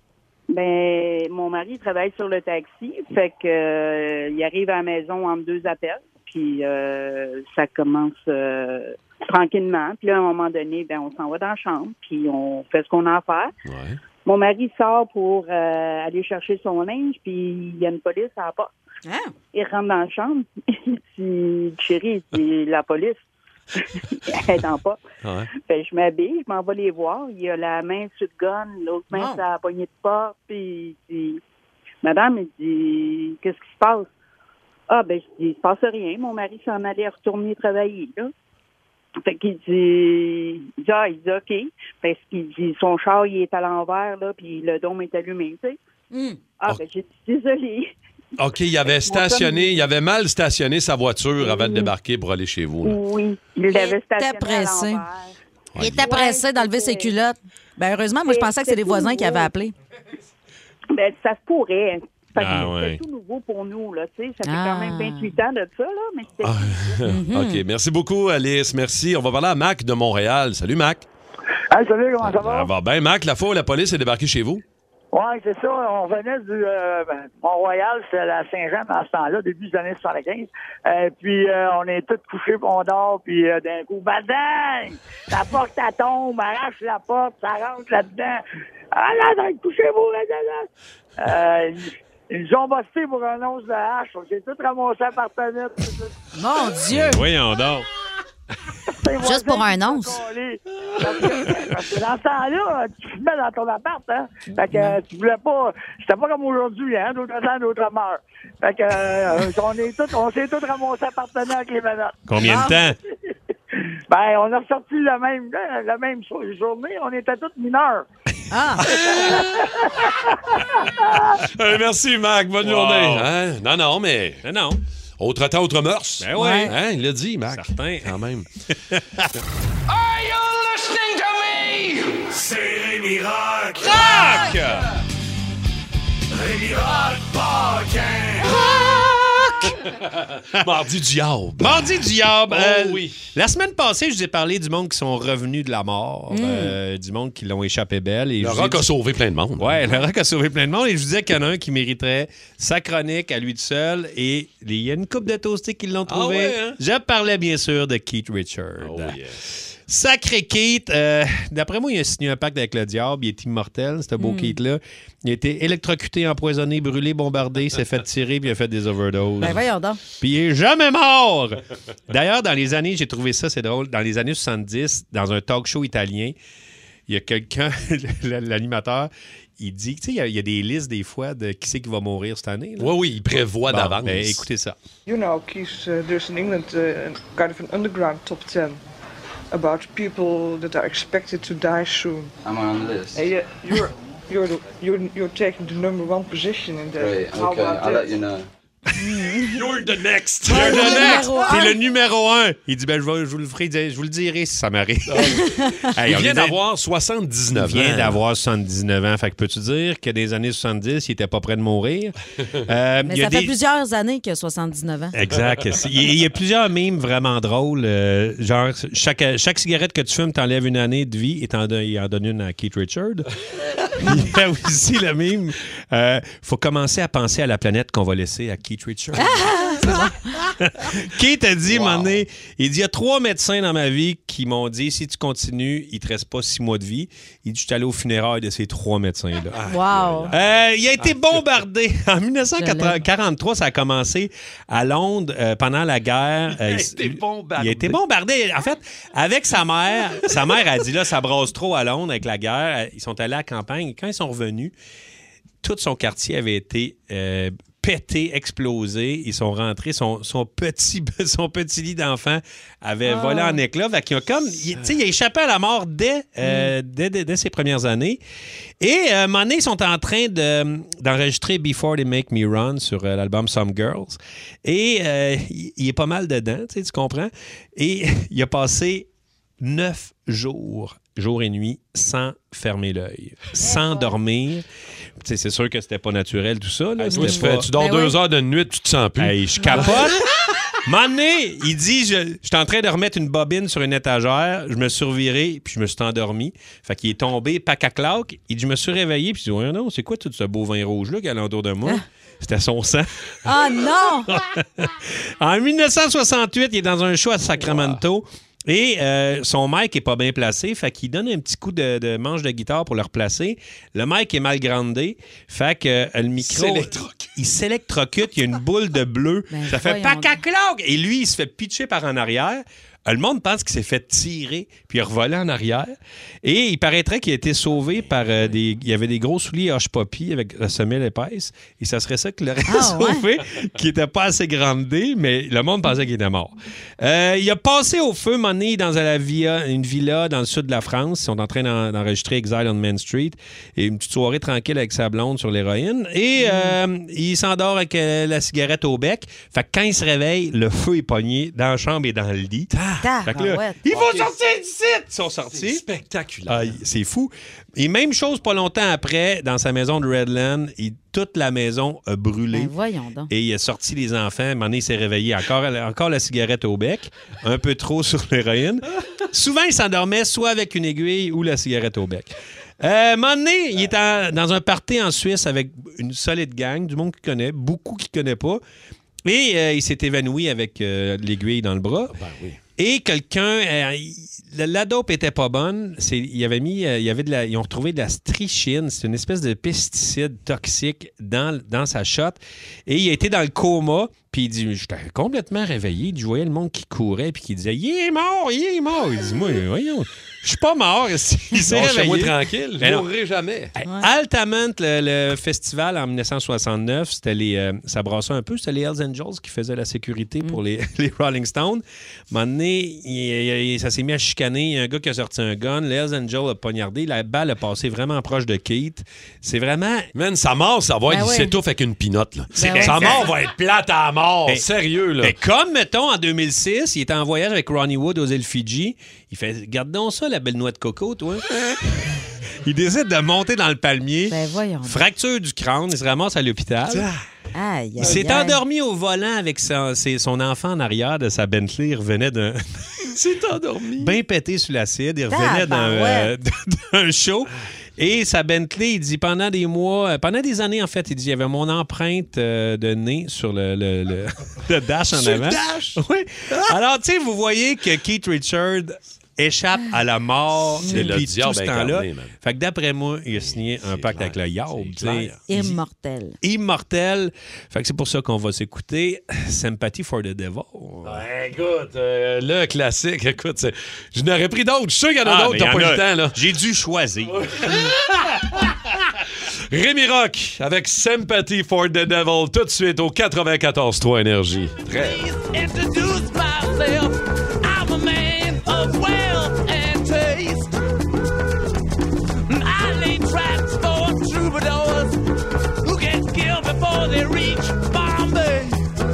Ben, mon mari travaille sur le taxi. Fait que euh, il arrive à la maison entre deux appels. Puis euh, ça commence euh, tranquillement. Puis là, à un moment donné, ben on s'en va dans la chambre. Puis on fait ce qu'on a à faire. Ouais. Mon mari sort pour euh, aller chercher son linge. Puis il y a une police à la porte. Ah. Il rentre dans la chambre. Il dit, chérie, c'est la police. Elle est dans pas. Ouais. Fait que je m'habille, je m'en vais les voir. Il a la main sur le gun, l'autre main Oh. sur la poignée de porte. Puis il dit, madame, il dit, qu'est-ce qui se passe? Ah, ben, je dis, il se passe rien. Mon mari s'en allait retourner travailler, là. Fait qu'il dit, il dit, ah, il dit, OK. Parce qu'il dit, son char, il est à l'envers, là, puis le dôme est allumé, tu sais. Mm. Ah, Oh. ben, j'ai dit, désolé. OK, il avait stationné, il avait mal stationné sa voiture avant de débarquer pour aller chez vous. Là. Oui, il l'avait stationné pressé. à l'envers. Il était pressé Ouais, d'enlever ses c'était- culottes. Ben, heureusement, moi, je pensais que c'est les voisins qui avaient appelé. Ben, ça se pourrait. Parce Ah, que ouais. c'était tout nouveau pour nous, là, tu sais. Ça fait Ah. quand même vingt-huit ans de ça, là, mais c'était... Ah. OK, merci beaucoup, Alice. Merci. On va parler à Mac de Montréal. Salut, Mac. Hey, salut, comment ça va? Ça va bien, Mac. La fois où la police est débarquée chez vous? Oui, c'est ça. On venait du euh, ben, Mont-Royal, c'était la Saint-Jean dans ce temps-là, début des années soixante-quinze. Euh, puis euh, on est tous couchés, puis on dort, puis euh, d'un coup, badang! La porte, elle tombe, arrache la porte, ça rentre là-dedans. Ah là, donc, couchez-vous, là, là, là. Euh, ils nous ont bossé pour un once de hache. On s'est tous ramassés à partenaire. Mon Dieu! Voyons donc. Juste pour un once. Parce que, parce que dans ce temps-là, tu fumais dans ton appart, hein? Fait que euh, tu voulais pas... C'était pas comme aujourd'hui, hein? D'autres temps, d'autres mœurs. Fait que euh, on est tous, on s'est tous ramassés à partenaire avec les menottes. Combien de temps? Ben, on a ressorti le même, la même journée. On était tous mineurs. Ah! Euh, merci, Mac. Bonne Wow. journée. Hein? Non, non, mais... Non, non. Autre temps, autre mœurs. Ben ouais. Hein? Il l'a dit, Mac. Certain. Quand même. Are you listening to me? C'est Rémi Rock. Rock! Rémi Rock Paquin. Mardi du diable. Mardi du diable. Oh, Euh, oui. La semaine passée, je vous ai parlé du monde qui sont revenus de la mort, Mm. euh, du monde qui l'ont échappé belle. Et Le je vous ai rock a dit- sauvé plein de monde. Ouais, le rock a sauvé plein de monde. Et je vous disais qu'il y en a un qui mériterait sa chronique à lui tout seul. Et il y a une couple de toastés qui l'ont trouvé. ouais, hein? Je parlais bien sûr de Keith Richards. Oh, yes. Sacré Keith, euh, d'après moi, il a signé un pacte avec le diable. Il est immortel, ce beau Mm. Keith-là. Il a été électrocuté, empoisonné, brûlé, bombardé, s'est fait tirer, puis il a fait des overdoses. Ben voyons donc. Puis il est jamais mort! D'ailleurs, dans les années, j'ai trouvé ça, c'est drôle, dans les années soixante-dix, dans un talk show italien, il y a quelqu'un, l'animateur, il dit, tu sais, il y a- il y, a des listes des fois de qui c'est qui va mourir cette année. Oui, oui, il prévoit Bon, d'avance. ben, écoutez ça. You know, Keith, uh, there's in England uh, kind of an underground top ten about people that are expected to die soon. I'm on the list. And yet you're you're the, you're you're taking the number one position in that. Great. How Okay, about I'll that? let you know. You're the next. You're the next. numéro un. T'es le numéro un. Il dit, ben, je, vais- je vous le ferai, je vous le dirai si ça m'arrive. Hey, Il on vient est- d'avoir soixante-dix-neuf Il vient ans. d'avoir soixante-dix-neuf ans. Fait que peux-tu dire que des années soixante-dix, il était pas près de mourir? Euh, Mais il y a ça fait des- plusieurs années qu'il a soixante-dix-neuf ans. Exact. Il y a- il y a plusieurs mimes vraiment drôles. euh, genre, chaque, chaque cigarette que tu fumes t'enlève une année de vie et t'en don- il en donne une à Keith Richards. Il y a aussi le mime. Euh, faut commencer à penser à la planète qu'on va laisser à Keith Richards. Keith a dit, Wow. un moment donné, il dit, il y a trois médecins dans ma vie qui m'ont dit, si tu continues, il te reste pas six mois de vie. Il dit, je suis allé aux funérailles de ces trois médecins-là. Wow. Euh, il a été bombardé. En dix-neuf cent quarante-trois, ça a commencé à Londres euh, pendant la guerre. Euh, Il a été bombardé. Il a été bombardé. En fait, avec sa mère, sa mère a dit là, ça brasse trop à Londres avec la guerre. Ils sont allés à la campagne. Et quand ils sont revenus, tout son quartier avait été euh, pété, explosé. Ils sont rentrés. Son, son, petit, son petit lit d'enfant avait Oh. volé en éclats. Fait qu'il a comme, il, tu sais, il a échappé à la mort dès, euh, dès, dès, dès ses premières années. Et euh, à un moment donné, ils sont en train de, d'enregistrer Before They Make Me Run sur euh, l'album Some Girls. Et euh, il, il est pas mal dedans, tu sais, tu comprends? Et il a passé neuf jours, jour et nuit, sans fermer l'œil, sans dormir. Tu sais, c'est sûr que c'était pas naturel, tout ça. Là. Toi, C'était tu, fais- pas- tu dors Ben deux oui. heures de nuit, tu te sens plus. Hey, je capote. M'en donné, il dit, je, je suis en train de remettre une bobine sur une étagère, je me suis reviré, puis je me suis endormi. Fait qu'il est tombé, pack à claque. Il dit, je me suis réveillé, puis il dit, ouais, non, c'est quoi tout ce beau vin rouge-là qui est alentour de moi? C'était son sang. Ah non! En dix-neuf cent soixante-huit, il est dans un show à Sacramento. Et euh, son mic est pas bien placé, fait qu'il donne un petit coup de, de manche de guitare pour le replacer. Le mic est mal grandé, fait que euh, le micro, S'électrocute. il s'électrocute, il y a une boule de bleu, Ben, ça fait voyons pac-à-clac! Et lui, il se fait pitcher par en arrière. Euh, Le monde pense qu'il s'est fait tirer, puis il a revolé en arrière. Et il paraîtrait qu'il a été sauvé par euh, des... Il y avait des gros souliers Hush Puppy avec la semelle épaisse. Et ça serait ça qui l'aurait Ah, ouais? sauvé, qui n'était pas assez grandé, mais le monde pensait qu'il était mort. Euh, il a passé au feu, money dans la villa, une villa dans le sud de la France. Ils sont en train d'en- d'enregistrer Exile on Main Street. Et une petite soirée tranquille avec sa blonde sur l'héroïne. Et euh, il s'endort avec euh, la cigarette au bec. Fait que quand il se réveille, le feu est pogné dans la chambre et dans le lit. Fait que là, Tabarouette. ils vont sortir d'ici! Ils sont sortis. Spectaculaire. Ah, c'est fou. Et même chose pas longtemps après, dans sa maison de Redland, il- toute la maison a brûlé. Ben voyons donc. Et il a sorti les enfants. À un moment donné, il s'est réveillé. Encore, encore la cigarette au bec. Un peu trop sur l'héroïne. Souvent, il s'endormait soit avec une aiguille ou la cigarette au bec. Euh, un moment donné, il est en- dans un party en Suisse avec une solide gang, du monde qu'il connaît, beaucoup qu'il connaît pas. Et euh, il s'est évanoui avec euh, l'aiguille dans le bras. Ben oui. Et quelqu'un, euh, il- la, la dope était pas bonne. C'est, il avait mis, euh, il y avait de la, ils ont retrouvé de la strychnine, c'est une espèce de pesticide toxique dans, dans sa shot. Et il a été dans le coma. Puis il dit, j'étais complètement réveillé. Il dit, je voyais le monde qui courait puis qui disait, il est mort, il est mort. Il dit, moi, voyons, je suis pas mort. Il s'est Lâchez-moi réveillé. tranquille, je Ben non. mourrai jamais. Hey, Altamont, le, le festival en dix-neuf cent soixante-neuf, c'était les, euh, ça brassait un peu. C'était les Hells Angels qui faisaient la sécurité pour les, les Rolling Stones. À un moment donné, il- il- ça s'est mis à chicaner. Il y a un gars qui a sorti un gun. Les Hells Angels a poignardé. La balle a passé vraiment proche de Keith. C'est vraiment... Man, sa mort, ça va être, Ben il oui. s'étouffe avec une pinotte. Là. Ben Sa oui. mort va être plate à la mort. Ben, Sérieux, là. Mais comme, mettons, en deux mille six, il était en voyage avec Ronnie Wood aux îles Fidji. Il fait, garde donc ça, la belle noix de coco, toi. Il décide de monter dans le palmier. Ben voyons. donc. Fracture du crâne, il se ramasse à l'hôpital. Aïe, Il aïe, s'est aïe. endormi au volant avec son, ses- son enfant en arrière de sa Bentley. Il revenait d'un... Il s'est endormi. bien pété sur l'acide. Il revenait d'un, euh, d'un show. Et sa Bentley, il dit, pendant des mois, euh, pendant des années, en fait, il dit, il y avait mon empreinte euh, de nez sur le, le, le, le dash en Sur le avant. dash? Oui. Alors, tu sais, vous voyez que Keith Richards échappe à la mort C'est depuis le diable tout ce temps-là. incarné, man. Fait que d'après moi, il a signé un pacte avec le diable. tu sais. Immortel. Immortel. Fait que c'est pour ça qu'on va s'écouter Sympathy for the Devil. Ouais, écoute, euh, le classique, écoute, c'est- je n'aurais pris d'autres. Je suis sûr qu'il y en a Ah, d'autres, mais t'as y en pas eu a. le temps, là. J'ai dû choisir. Rémi Rock avec Sympathy for the Devil, tout de suite au quatre-vingt-quatorze trois Énergie. Très. Introduce myself. I'm a man of wealth and taste. I lay traps for troubadours who get killed before they reach Bombay.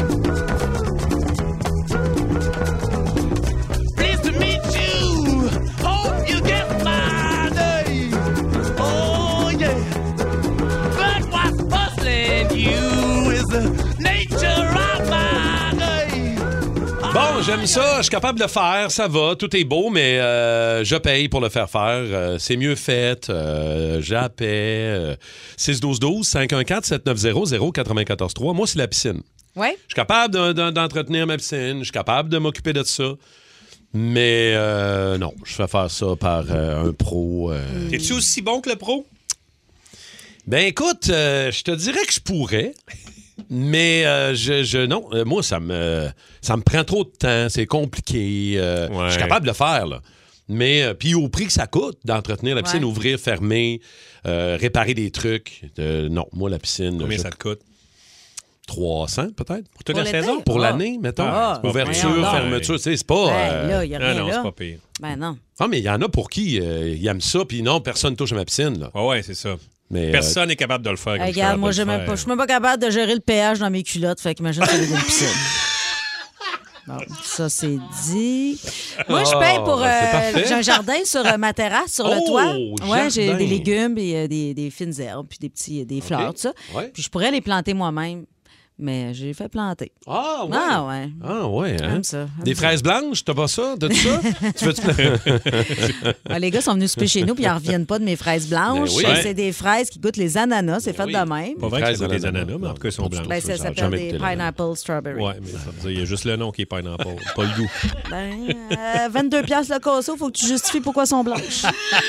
Pleased to meet you. Hope you get my name. Oh yeah. But what's puzzling you is the nature of my name. Bon, j'aime ça, je suis capable de le faire, ça va, tout est beau, mais euh, je paye pour le faire faire. Euh, c'est mieux fait, euh, j'appelle. Euh, six douze douze, cinq un quatre, sept neuf zéro, zéro neuf quatre trois. Moi, c'est la piscine. Oui. Je suis capable de- de- d'entretenir ma piscine, je suis capable de m'occuper de ça. Mais euh, non, je fais faire ça par euh, un pro. euh. T'es-tu aussi bon que le pro? Ben écoute, euh, je te dirais que je pourrais, mais euh, je, je non, euh, moi ça me ça me prend trop de temps, c'est compliqué. euh, Ouais. Je suis capable de le faire là. Mais euh, puis au prix que ça coûte d'entretenir la piscine, Ouais. ouvrir, fermer, euh, réparer des trucs. euh, non, moi la piscine. Combien je- ça te coûte? trois cents peut-être pour toute Pour la l'été? saison, pour Ah. l'année, mettons. Ah. C'est pas Ouverture, voyons donc. fermeture, tu sais, c'est pas. Ben, euh, là, il n'y a Ah rien non, là. c'est pas pire. Ben non. Ah, mais il y en a pour qui euh, ils aiment ça, puis non, personne touche à ma piscine là. Ah ouais, c'est ça. Mais, euh, Personne n'est capable de le faire. comme Hey, je suis regarde, capable moi, de je le ne faire. suis même pas capable de gérer le péage dans mes culottes. Fait qu'imagine ça dans une piscine. Bon, ça, c'est dit. Moi, je paye pour. Oh, ben, c'est euh, parfait. j'ai un jardin sur euh, ma terrasse, sur le Oh, toit. Ouais, j'ai jardin. des légumes, et, euh, des, des fines herbes, puis des petits, des fleurs, tout ça. Ouais. Puis je pourrais les planter moi-même, mais j'ai fait planter. Ah ouais. Ah ouais. Ah ouais, hein? J'aime ça, j'aime Des ça. fraises blanches, t'as pas ça? De tout ça? Tu veux-tu... Ah, les gars sont venus souper chez nous, puis ils en reviennent pas de mes fraises blanches. Ben oui. C'est des fraises qui goûtent les ananas. C'est fait oui. de même. Pas vrai que Fraises ça goûte les à l'ananas. ananas, mais en tout cas, ils sont blancs. Ben, ça J'ai s'appelle jamais des goûté l'ananas. pineapple strawberry. Ouais, mais ça veut dire, il y a juste le nom qui est pineapple, pas le goût. Ben, euh, vingt-deux piastres le casseau, faut que tu justifies pourquoi elles sont blanches.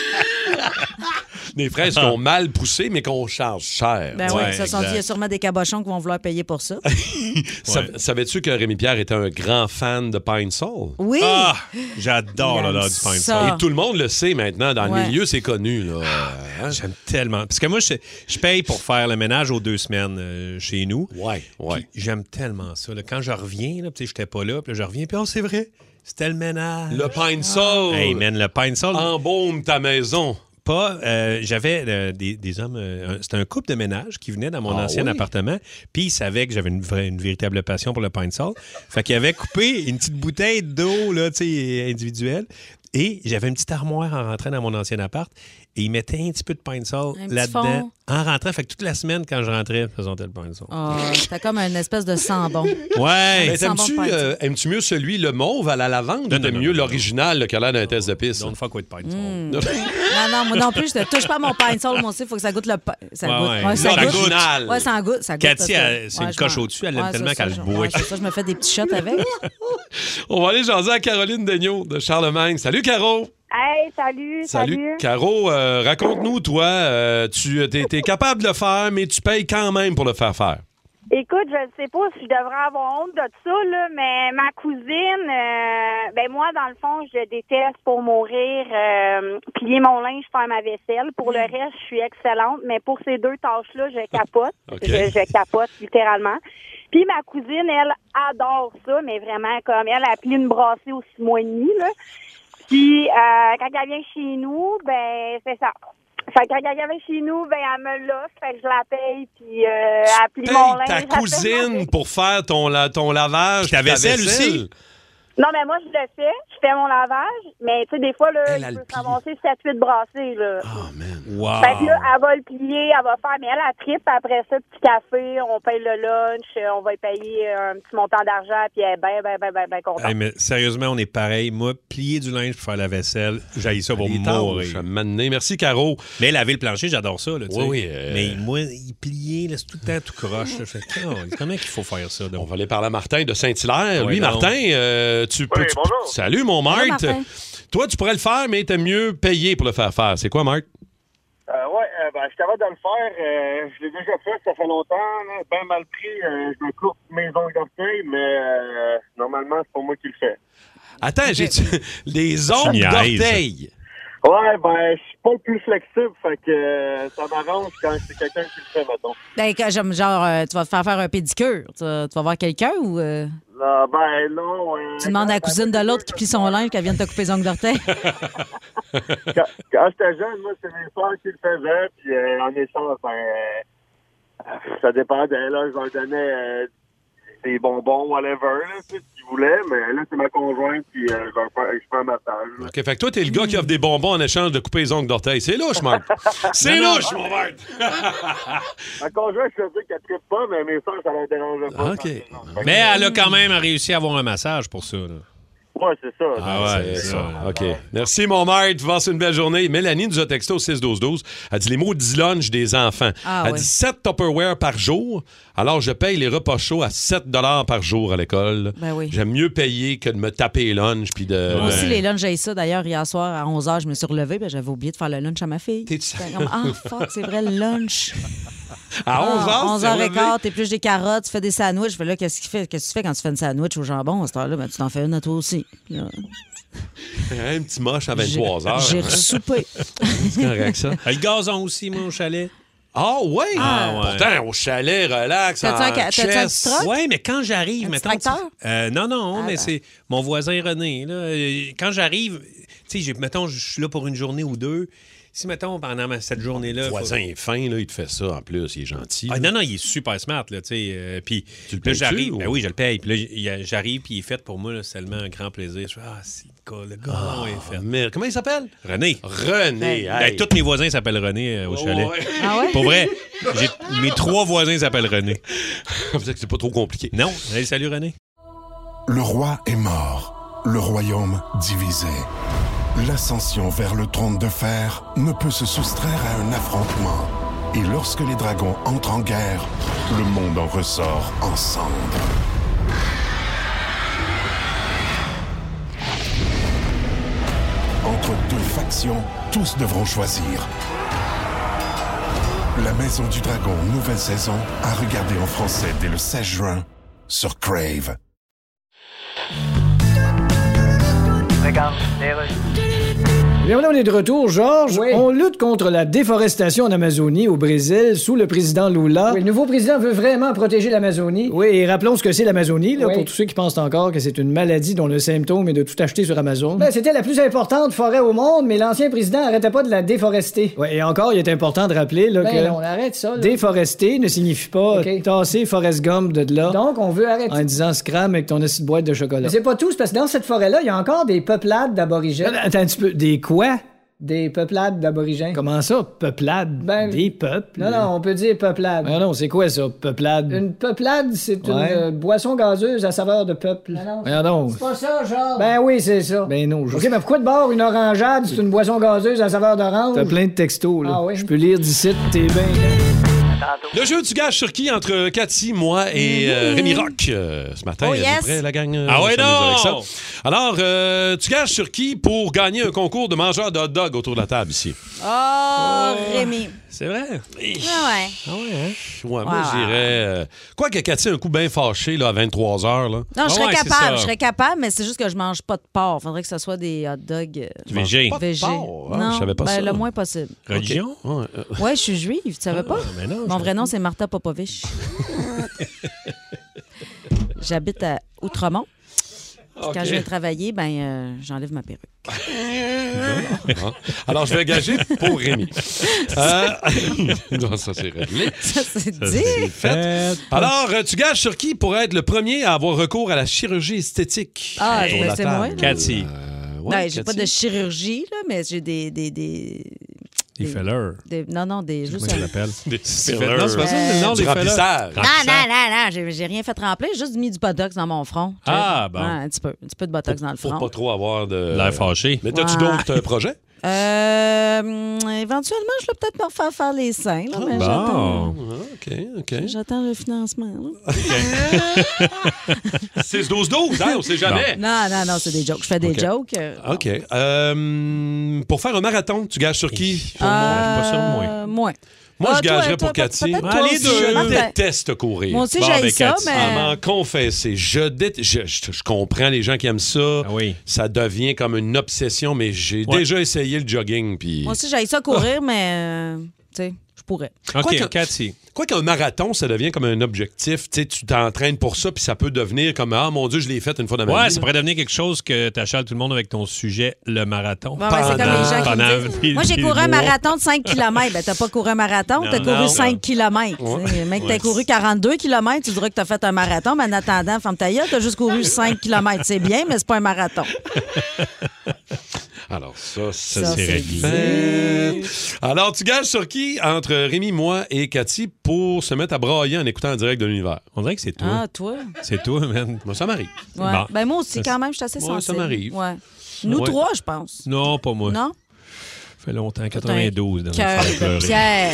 Des fraises qui ont mal poussé, mais qu'on charge cher. Ben oui, Ouais, ça sont dit, il y a exact. sûrement des cabochons qui vont vouloir payer pour ça. Sa- Ouais. Savais-tu que Rémi Pierre était un grand fan de Pine Sol? Oui! Ah! J'adore Il aime l'odeur du pine ça. sol. Et tout le monde le sait maintenant. Dans Ouais. le milieu, c'est connu. Là. Hein? J'aime tellement. Parce que moi, je, je paye pour faire le ménage aux deux semaines euh, chez nous. Ouais, ouais. Puis j'aime tellement ça. là. Quand je reviens, là, puis tu sais, j'étais pas là, puis là, je reviens, puis oh, c'est vrai, c'était le ménage. Le Pine Sol Hey, man, le pine sol. embaume ta maison. Pas, euh, j'avais euh, des, des hommes, euh, un- c'était un couple de ménage qui venait dans mon Ah ancien oui? appartement, puis ils savaient que j'avais une, vraie, une véritable passion pour le pine sol. Fait qu'ils avaient coupé une petite bouteille d'eau, là, tu sais, individuelle, et j'avais une petite armoire en rentrant dans mon ancien appart, et ils mettaient un petit peu de pine sol Un petit là-dedans, fond. en rentrant. Fait que toute la semaine, quand je rentrais, je faisais le pine sol. Oh, t'as comme une espèce de sang-bon. Ouais! Ben, Ça sent t'aimes-tu, bon Pine Sol. euh, aimes-tu mieux celui, le mauve à la lavande, Non, ou t'aimes non, mieux non, l'original là, qui a l'air d'un test de piste? Don't fuck with pine sol. Hmm. Non, non, moi non plus, je te touche pas à mon pine sol, moi aussi, il faut que ça goûte le pain. Ça Ouais, goûte. ouais. Ouais, ça Non, goûte. l'original. Ouais, ça en goûte. Ça goûte Cathy, parce que- elle- c'est une je coche m'en- au-dessus, elle aime Ouais, tellement c'est qu'elle ça, le je- boit. ouais, c'est ça, je me fais des petits shots avec. On va aller jaser à Caroline Daigneault de Charlemagne. Salut, Caro! Hey, salut, salut. Salut. Caro, euh, raconte-nous, toi, euh, tu es, t'es capable de le faire, mais tu payes quand même pour le faire faire. Écoute, je ne sais pas si je devrais avoir honte de ça, là, mais ma cousine, euh, ben moi, dans le fond, je déteste pour mourir euh, plier mon linge, faire ma vaisselle. Pour le reste, je suis excellente, mais pour ces deux tâches-là, je capote. OK. Je, je capote, littéralement. Puis ma cousine, elle, adore ça, mais vraiment, comme elle a plié une brassée au six mois et demi, là. Puis, euh, quand elle vient chez nous, ben, c'est ça. Fait que quand elle vient chez nous, ben, elle me l'offre, fait que je la paye, puis euh, elle plie Paye mon linge. ta elle fait ma cousine pour faire ton, la, ton lavage. Puis ta puis vaisselle aussi? Non, mais moi, je le fais. Je fais mon lavage. Mais, tu sais, des fois, là, Elle, il elle peut plie. s'avancer sept huit brassées, là. Oh, man. Wow! Fait que là, elle va le plier, elle va faire, mais elle, elle tripe. Après ça, petit café, on paye le lunch, euh, on va y payer un petit montant d'argent, puis elle est bien, bien, bien, bien, bien contente. Hey, mais sérieusement, on est pareil. Moi, plier du linge pour faire la vaisselle, j'haïs ça pour Les mourir. tâches, à un moment donné. Merci, Caro. Mais laver le plancher, j'adore ça. Là, tu Oui, sais. oui, euh, Mais moi, il plier, là, c'est tout le temps tout croche. là. Je fais, oh, comment il faut faire ça? On Donc? va aller parler à Martin de Saint-Hilaire. Ouais, Lui, donc. Martin, euh, tu Oui, peux. tu- bonjour. Salut, mon Salut, Marthe. Martin. Toi, tu pourrais le faire, mais t'aimes mieux payer pour le faire faire. C'est quoi, Marthe? Euh, ouais, euh, ben, je suis capable de le faire. Euh, je l'ai déjà fait, ça fait longtemps. Là, bien mal pris. Euh, je me coupe mes ongles d'orteil, mais euh, normalement, c'est pas moi qui le fais. Attends, j'ai les ongles Tu niaises. d'orteil. Ouais, ben, je suis pas le plus flexible, fait que euh, ça m'arrange quand c'est quelqu'un qui le fait, mettons. Ben, quand j'aime genre, euh, tu vas te faire faire un pédicure. Tu vas, tu vas voir quelqu'un ou. euh, Là, ben, non. Euh, Tu demandes à la cousine de l'autre qui plie son linge qu'elle vienne te couper les ongles d'orteil. quand quand j'étais jeune, moi, c'est mes soeurs qui le faisaient, puis euh, en échange, ben, euh, ça dépendait. Là, je leur donnais euh, des bonbons, whatever, là, tu sais, ce qu'ils voulaient, mais là, c'est ma conjointe, puis euh, je leur fais, je fais un massage. là. OK, fait que toi, t'es le gars qui offre des bonbons en échange de couper les ongles d'orteil. C'est louche, Marc. C'est Non, non. louche, mon Marc. Ma conjointe, je sais qu'elle tripe pas, mais mes soeurs, ça leur dérange pas. OK. Mais elle a quand même réussi à avoir un massage pour ça. Là. Ouais, c'est ça. Ah ouais, c'est ça. OK. Merci, mon Marc. Passe une belle journée. Mélanie nous a texté au six douze douze. Elle dit les mots lunch des enfants. Ah, Elle oui. dit sept Tupperware par jour. Alors, je paye les repas chauds à sept dollars par jour à l'école. Ben oui. J'aime mieux payer que de me taper les lunchs. Puis de, Moi aussi, de- les lunchs, j'ai ça. D'ailleurs, hier soir, à onze heures, je me suis relevée. Ben, j'avais oublié de faire le lunch à ma fille. J'étais comme, ah, fuck, c'est vrai, le lunch. À onze heures, onze tu heures t'es et quart, relevé? t'épluches des carottes, tu fais des sandwichs. Je fais là, qu'est-ce qu'il fait? Qu'est-ce que tu fais quand tu fais une sandwich au jambon à cette heure-là? Ben, tu t'en fais une à toi aussi. Là, Un petit moche à vingt-trois heures. j'ai ressoupé. C'est correct, ça. Le gazon aussi, moi, au chalet. Ah oui? Ah, ouais. Pourtant, au chalet, relax, T'as-tu en un ca- t'as-tu un chess. petit truck? Ouais, mais quand j'arrive, Un petit mettons. tracteur? Euh, non, non, Ah, mais ben. c'est mon voisin René. Là, Euh, quand j'arrive, tu sais, j'ai- mettons, je suis là pour une journée ou deux. Si, mettons, pendant ma- cette journée-là. Le faut- voisin est fin, là, il te fait ça en plus, il est gentil. Ah, non, non, il est super smart, là, tu sais. euh, puis Tu le là, payes-tu, j'arrive. ou- Ben oui, je le paye. Puis là, il y a- j'arrive, puis il est fait pour moi, là, c'est tellement un grand plaisir. Je fais, ah, c'est le gars, le gars Ah, est fait. mais comment il s'appelle? René. René, Ben, hey. tous mes voisins s'appellent René euh, au chalet. ouais. Ah ouais? Pour vrai, j'ai- mes trois voisins s'appellent René. Ça veut dire que c'est pas trop compliqué. Non. Hey, salut, René. Le roi est mort, le royaume divisé. L'ascension vers le trône de fer ne peut se soustraire à un affrontement. Et lorsque les dragons entrent en guerre, le monde en ressort ensemble. Entre deux factions, tous devront choisir. La Maison du Dragon, nouvelle saison, à regarder en français dès le seize juin sur Crave. Regarde, Bien, voilà, on est de retour, Georges. On lutte contre la déforestation en Amazonie, au Brésil, sous le président Lula. Oui, le nouveau président veut vraiment protéger l'Amazonie. Oui, et rappelons ce que c'est l'Amazonie, là, Oui. pour tous ceux qui pensent encore que c'est une maladie dont le symptôme est de tout acheter sur Amazon. Ben, c'était la plus importante forêt au monde, mais l'ancien président arrêtait pas de la déforester. Oui, et encore, il est important de rappeler là, Ben que non, on arrête ça, là. déforester ne signifie pas OK. tasser Forrest Gump de là. Donc, on veut arrêter. En disant scram avec ton acide boîte de chocolat. Mais c'est pas tout, c'est parce que dans cette forêt-là, il y a encore des peuplades d'aborigènes. Attends un petit peu. Des quoi? Des peuplades d'aborigènes. Comment ça, peuplade? Ben, Des peuples? Non, non, on peut dire peuplade. Ah non, c'est quoi ça, peuplade? Une peuplade, c'est une Ouais. euh, boisson gazeuse à saveur de peuple. Non, Voyons donc. C'est pas ça, genre. Ben oui, c'est ça. Ben non, je... OK, mais pourquoi de bord une orangeade, c'est une boisson gazeuse à saveur d'orange? T'as plein de textos, là. Ah oui? Je peux lire d'ici, t'es bien. Le jeu du gage sur qui entre Cathy, moi et euh, Rémi Rock euh, ce matin. Oh, Êtes-vous yes. prêts, la gang? euh, Ah ouais, on s'amuse non! avec ça. Alors, euh, tu gages sur qui pour gagner un concours de mangeurs de hot dog autour de la table ici? Oh, Rémi. C'est vrai? Ah ouais. Ah ouais, hein? Ouais, moi, Ouais, je dirais... euh, quoi que Cathy a un coup bien fâché là, à vingt-trois heures. Là. Non, je serais Ah ouais, c'est capable, ça. je serais capable, mais c'est juste que je mange pas de porc. Faudrait que ce soit des hot dogs euh, Du végé. Pas de végé. porc, hein? Non, Je savais pas ben, ça. le moins possible. Religion? Ouais, euh, Ouais, je suis juive, tu savais pas? mais non, Mon je vrai nom, c'est Martha Popovich. J'habite à Outremont. Puis Quand je viens travailler, ben euh, j'enlève ma perruque. Ah. Alors, je vais gager pour Rémi. Euh... non, ça, c'est réglé. Ça, c'est Ça, dit. c'est fait. Alors, euh, tu gages sur qui pour être le premier à avoir recours à la chirurgie esthétique? Ah, Autour de ben, la c'est table. moi, là. Cathy. Euh, ouais, Non, j'ai pas Cathy. de chirurgie, là, mais j'ai des. des, des, Des fellers. des- non, non, des. Comment Juste ça un- s'appelle? Des fillers. Non, c'est pas ça, le nom Du des fellers. remplissage. Non, non, non, non, j'ai, j'ai rien fait remplir, j'ai juste mis du botox dans mon front. Ah, bon. Ouais, un petit peu, un petit peu de botox dans le Pour front. pas trop avoir de... L'air fâché. Mais t'as-tu Ouais. d'autres euh, projets? Euh, éventuellement, je vais peut-être me refaire faire les seins. Là, mais bon. j'attends, OK, OK. j'attends le financement. là. six douze douze, hein? On sait jamais. Non, non, non, c'est des jokes. Je fais des OK. jokes. euh, OK. Euh, pour faire un marathon, tu gages sur qui? Pour moi, je suis pas sûr de moi. euh, moi. Moi, Ah, je gagerais toi, pour toi, Cathy. peut-être toi Allez, aussi, deux. Je Martin. déteste courir. Moi aussi, Bon, j'ai avec ça, Cathy. mais... À m'en confesser. Je, dé... je, je, je comprends les gens qui aiment ça. Ah oui. Ça devient comme une obsession, mais j'ai Ouais. déjà essayé le jogging. Puis... Moi aussi, j'ai ça courir, mais... euh, tu sais, je pourrais. OK, Quoi que- Cathy. Quoi qu'un marathon, ça devient comme un objectif. Tu sais, tu t'entraînes pour ça, puis ça peut devenir comme « Ah, mon Dieu, je l'ai fait une fois dans ma Ouais, vie. » ça pourrait devenir quelque chose que t'achales tout le monde avec ton sujet, le marathon. Ouais, ouais, c'est comme les gens qui Pendant me disent, des- moi, j'ai des couru un mois. marathon de cinq kilomètres. Ben, t'as pas couru un marathon, t'as Non, couru non. cinq kilomètres. Ouais. Mec, t'as Ouais. couru quarante-deux kilomètres, tu dirais que t'as fait un marathon, mais en attendant, ferme ta gueule, t'as juste couru cinq kilomètres. C'est bien, mais c'est pas un marathon. Alors, ça, ça, Ça, c'est c'est réglé. Alors, tu gages sur qui entre Rémi, moi et Cathy pour se mettre à brailler en écoutant en direct de l'univers? On dirait que c'est toi. Ah, toi? C'est toi, man. Moi, ça m'arrive. Ouais. Bon. Ben, moi aussi, quand même, je suis assez Ouais, sensible. ça m'arrive. Ouais. Nous Ouais. trois, je pense. Non, pas moi. Non? Ça fait longtemps, quatre-vingt-douze. dans Cœur notre de pleurer. pierre.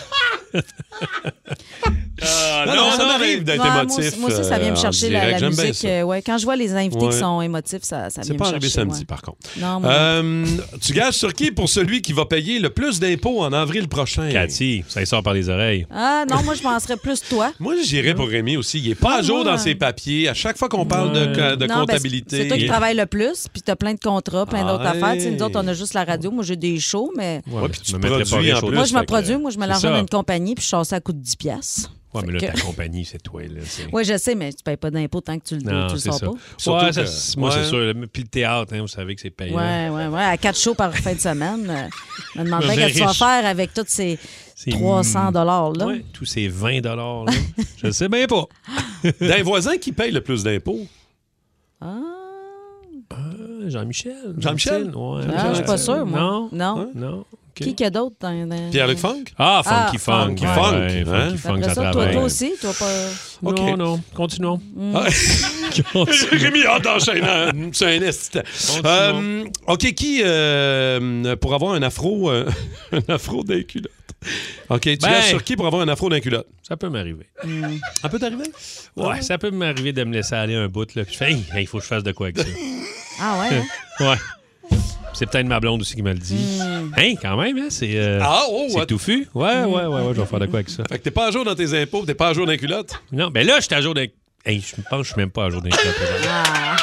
Ah, Non, non, non, ça non, m'arrive d'être Ouais, moi émotif. aussi- Moi aussi, ça vient me euh, en chercher la, direct. la J'aime bien musique. ça. euh, ouais, quand je vois les invités Ouais. qui sont émotifs, ça, ça vient C'est me pas chercher. arrivé samedi, ouais. par contre. Non, moi, Euh, tu gages sur qui pour celui qui va payer le plus d'impôts en avril prochain? Cathy, ça y sort par les oreilles. Ah non, moi, je penserais plus toi. Moi, j'irais pour Rémi aussi. Il est pas à jour moi. dans ses papiers. À chaque fois qu'on parle de, de Non, ben, comptabilité. c'est toi qui travailles le plus, puis t'as plein de contrats, plein d'autres Ouais. affaires. Tu sais, nous autres, on a juste la radio. Moi, j'ai des shows, mais... Ouais, Ouais, mais puis tu me mettrais produis riche en au- plus. Moi, je me fait que- produis. Moi, je me c'est l'argent ça. dans une compagnie, puis je chasse ça à coût de dix piastres. Ouais, mais là, Fait ta que- compagnie, c'est toi. Là, c'est- Oui, je sais, mais tu payes pas d'impôts tant que tu le, Non, tu le c'est sors ça. pas. Surtout Ouais, ça, que- c'est- moi, ouais. c'est sûr. Puis le théâtre, hein, vous savez que c'est payant. Ouais, ouais, ouais. À quatre shows par fin de semaine. euh, Je me demande Me bien fais qu'est-ce que tu vas riche. faire avec tous ces C'est- trois cents dollars-là. Ouais, tous ces vingt dollars là. Je le sais bien pas. D'un voisin qui paye le plus d'impôts. Ah, Euh, Jean-Michel. Jean-Michel? Ouais. Ah, je suis pas sûre, moi. Non. Non. Non. OK. Qui qu'il y a d'autre dans... dans- Pierre-Luc Funk? Ah, Funky Ah, Funk. Funky ouais, Funk, ouais, hein? Funky Funk, Après ça ça, toi, travaille. toi aussi, toi pas... OK. Non, non. Continuons. Ah. Rémi a d'enchaîner c'est un esti. Euh, OK, qui, euh, pour avoir un afro, euh, un afro d'un culotte? OK, tu Ben- gages sur qui pour avoir un afro d'un culotte? Ça peut m'arriver. Ça peut t'arriver? Ouais, ça peut m'arriver de me laisser aller un bout. Là. Puis je fais, hey, il faut que je fasse de quoi avec ça. Ah ouais? hein? Ouais. C'est peut-être ma blonde aussi qui me le dit. Hein, quand même, hein? C'est euh, Ah, oh, c'est ouais. touffu. Ouais, ouais, ouais, ouais, je vais faire de quoi avec ça. Fait que t'es pas à jour dans tes impôts, t'es pas à jour dans les culottes? Non, ben là, je suis à jour d'un. Hey, je pense que je suis même pas à jour d'un club. Ah.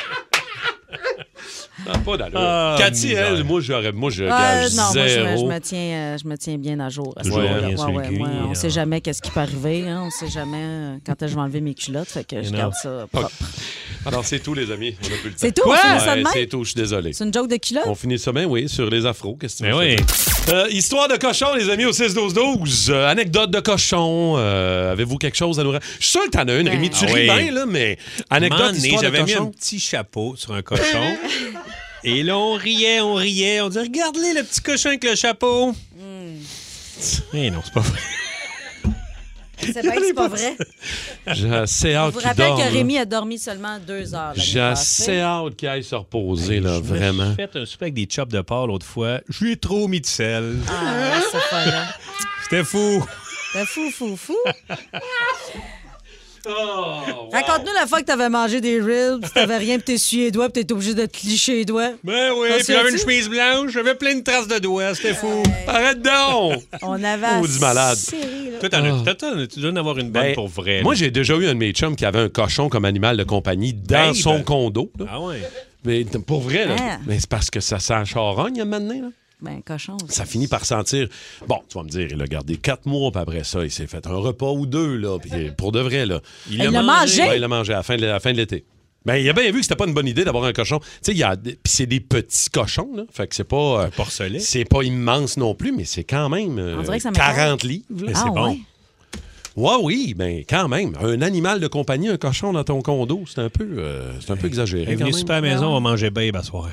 Ah, pas d'allure. Ah, Cathy, misère. elle, moi, j'aurais, moi, je Ah, gage non, moi, je me, zéro. je me tiens, euh, je me tiens bien à jour. à ce Toujours niveau-là. rien sur le cul, on hein. sait jamais qu'est-ce qui peut arriver. Hein, on sait jamais euh, quand est-ce que je vais enlever mes culottes. Fait que je non. garde ça propre. Alors, c'est tout, les amis. On a plus le temps. C'est tout? On finit ça de Ouais, même? c'est tout, je suis désolé. C'est une joke de culotte? On finit ça bien, oui, sur les afros. Qu'est-ce que tu Ben veux oui. faire? Euh, histoire de cochon, les amis, au six douze douze. Euh, anecdote de cochon. Euh, avez-vous quelque chose à nous raconter? Je suis sûr que t'en as une, Rémi. Tu Ah ris oui. bien, là, mais Un anecdote, moment donné, histoire de j'avais mis cochon. un petit chapeau sur un cochon. Et là, on riait, on riait. On disait, regarde-les, le petit cochon avec le chapeau. Mais non, c'est pas vrai. C'est bien que c'est pas vrai. J'ai assez Je hâte vous qu'il rappelle dorme. que là. Rémi a dormi seulement deux heures. l'année J'ai passée. assez hâte qu'il aille se reposer, là, Je me vraiment. suis fait un souper avec des chops de porc l'autre fois. Je lui ai trop mis de sel. Ah, c'est pas là. C'était fou. T'es fou, fou, fou. Oh, Raconte-nous la fois que t'avais mangé des ribs, tu t'avais rien, puis t'essuyais les doigts, puis t'étais obligé de te licher les doigts. Ben oui, T'en puis j'avais souviens-tu? une chemise blanche, j'avais plein de traces de doigts, c'était fou. Arrête donc! On avait Maudit malade. serré, là. Toi, t'en as, t'as- t'as- tu dois en avoir une bonne Ben, pour vrai. Moi, là. j'ai déjà eu un de mes chums qui avait un cochon comme animal de compagnie dans Babe. son condo. là. Ah ouais. Mais t- pour vrai, là. Ah. Mais c'est parce que ça sent charogne, à un moment donné, là. Ben, cochon. Ça finit par sentir. Bon, tu vas me dire, il a gardé quatre mois, puis après ça, il s'est fait un repas ou deux, là. Puis pour de vrai, là. Il l'a mangé? Ouais, il l'a mangé à la fin de, à la fin de l'été. Ben, il a bien vu que c'était pas une bonne idée d'avoir un cochon. Tu sais, il y a. Puis c'est des petits cochons, là. Fait que c'est pas. euh, Porcelet. c'est pas immense non plus, mais c'est quand même euh, On dirait que ça me quarante livres, là. Ah, c'est bon. ouais. Ouais, oui, mais quand même. Un animal de compagnie, un cochon dans ton condo, c'est un peu, euh, c'est un peu exagéré. Elle est venue super à la maison, on va manger babe à soir.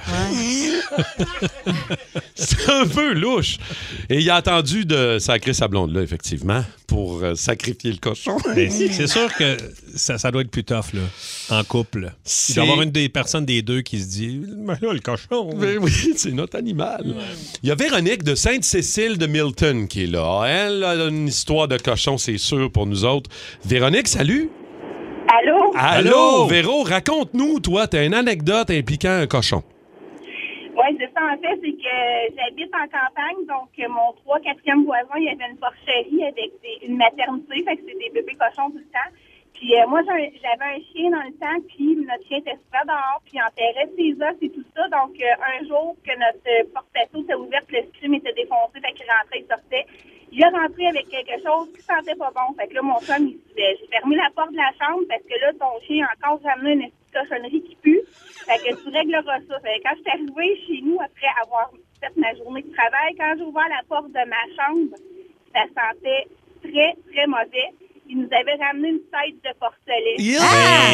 C'est un peu louche. Et il a attendu de sacrer sa blonde, là, effectivement, pour euh, sacrifier le cochon. Mais c'est sûr que ça, ça doit être plus tough, là, en couple. Il doit y avoir une des personnes des deux qui se dit « Mais là, le cochon... » Mais oui, c'est notre animal. Ouais. Il y a Véronique de Sainte-Cécile de Milton qui est là. Elle a une histoire de cochon, c'est sûr, pour nous autres. Véronique, salut! Allô? Allô, Véro, raconte-nous, toi, t'as une anecdote impliquant un cochon. Oui, c'est ça, en fait, c'est que j'habite en campagne, donc mon trois quatrième voisin, il y avait une porcherie avec des, une maternité, fait que c'est des bébés cochons tout le temps. Puis euh, moi, j'avais un chien dans le temps, puis notre chien était super dehors, puis il enterrait ses os et tout ça. Donc, euh, un jour que notre porte-bateau s'est ouverte, le scrim était défoncé, fait qu'il rentrait, il sortait. Il a rentré avec quelque chose qui sentait pas bon. Fait que là, mon chum, il se disait, j'ai fermé la porte de la chambre parce que là, ton chien a encore ramené une petite cochonnerie qui pue. Fait que tu régleras ça. Fait que quand je suis arrivée chez nous, après avoir fait ma journée de travail, quand j'ai ouvert la porte de ma chambre, ça sentait très, très mauvais. Il nous avait ramené une tête de porcelet. Yeah!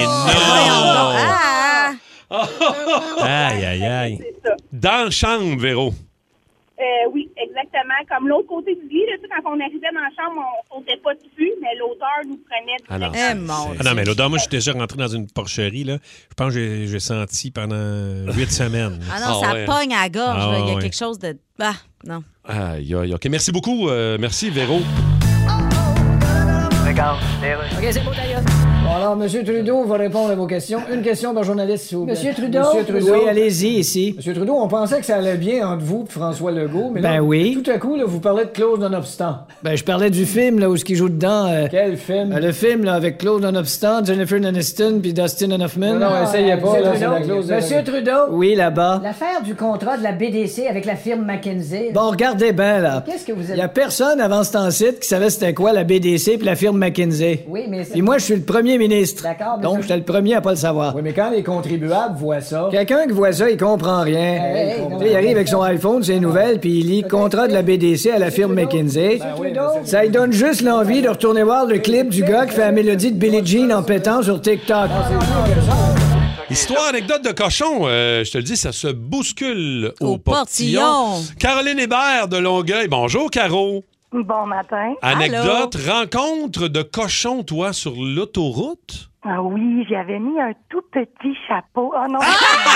Ah! Ah! Aïe, aïe, aïe. C'est ça. Dans la chambre, Véro. Euh, oui, exactement. Comme l'autre côté du lit, là, quand on arrivait dans la chambre, on sautait pas dessus, mais l'odeur nous prenait Ah non, directement. ah non, mais l'odeur, moi, je suis déjà rentré dans une porcherie, là. Je pense que j'ai, j'ai senti pendant huit semaines. Ah non, ça ouais. pogne à la gorge. Ah là. Il y a ouais. quelque chose de... Ah, non. Aïe, aïe, OK. Merci beaucoup. Euh, merci, Véro. Regarde, OK, c'est bon, d'ailleurs. Bon, alors, M. Trudeau va répondre à vos questions. Une question par journaliste, s'il vous plaît. Monsieur Trudeau? Monsieur Trudeau? Oui, allez-y, ici. Monsieur Trudeau, on pensait que ça allait bien entre vous et François Legault, mais Ben là, oui. tout à coup, là, vous parlez de clause non-obstant. Ben, je parlais du film, là, où ce qui joue dedans. euh, Quel film? euh, le film, là, avec Claude Nonobstant, Jennifer Aniston puis Dustin Hoffman. Non, non, essayez pas, là, c'est la clause de- Monsieur Trudeau? Oui, là-bas. L'affaire du contrat de la B D C avec la firme McKinsey. Bon, regardez bien, là. Qu'est-ce que vous Il êtes... y a personne avant ce temps-ci qui savait c'était quoi la B D C puis la firme McKinsey. Oui, mais c'est... Puis moi, je suis le premier ministre. D'accord, mais Donc, ça- j'étais le premier à pas le savoir. Oui, mais quand les contribuables voient ça... Quelqu'un qui voit ça, il comprend rien. Hey, hey, Tu non, sais, il non, arrive non. avec son iPhone, ses nouvelles, puis il lit contrat de la B D C à la firme McKinsey. Ben oui, mais c'est- Ça lui donne juste l'envie de retourner voir le clip du gars qui fait la mélodie de Billie Jean en pétant sur TikTok. Histoire, anecdote de cochon. Euh, je te le dis, ça se bouscule au, Au portillon. Caroline Hébert de Longueuil. Bonjour, Caro. Bon matin. Anecdote, rencontre de cochon, toi, sur l'autoroute? Ah oui, j'avais mis un tout petit chapeau. Oh non!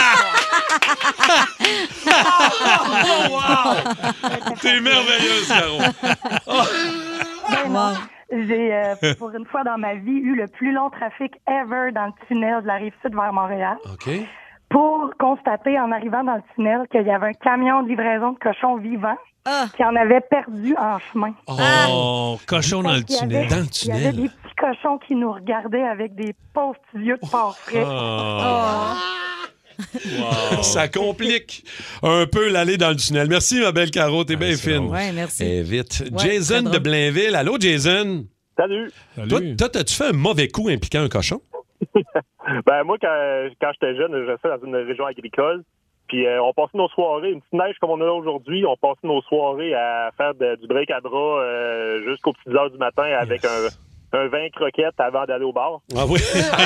Oh, wow! T'es merveilleuse, Caro. Ben non. J'ai, euh, pour une fois dans ma vie, eu le plus long trafic ever dans le tunnel de la Rive-Sud vers Montréal. OK. Pour constater, en arrivant dans le tunnel, qu'il y avait un camion de livraison de cochons vivants qui en avait perdu en chemin. Oh, cochon dans le Il y avait- tunnel. Dans le Il y avait tunnel. des petits cochons qui nous regardaient avec des pauvres petits yeux de porc frais. Oh. Ça complique un peu l'aller dans le tunnel. Merci, ma belle Caro, t'es bien fine. Ouais, merci. Et vite. Ouais, Jason très de drôle. Blainville. Allô, Jason? Salut. Toi, toi, t'as-tu fait un mauvais coup impliquant un cochon? Ben moi, quand, quand j'étais jeune, je restais dans une région agricole. Puis euh, on passait nos soirées, une petite neige comme on a là aujourd'hui, on passait nos soirées à faire de- du break à bras euh, jusqu'aux petites heures du matin avec un, un vin croquette avant d'aller au bar. Ah oui?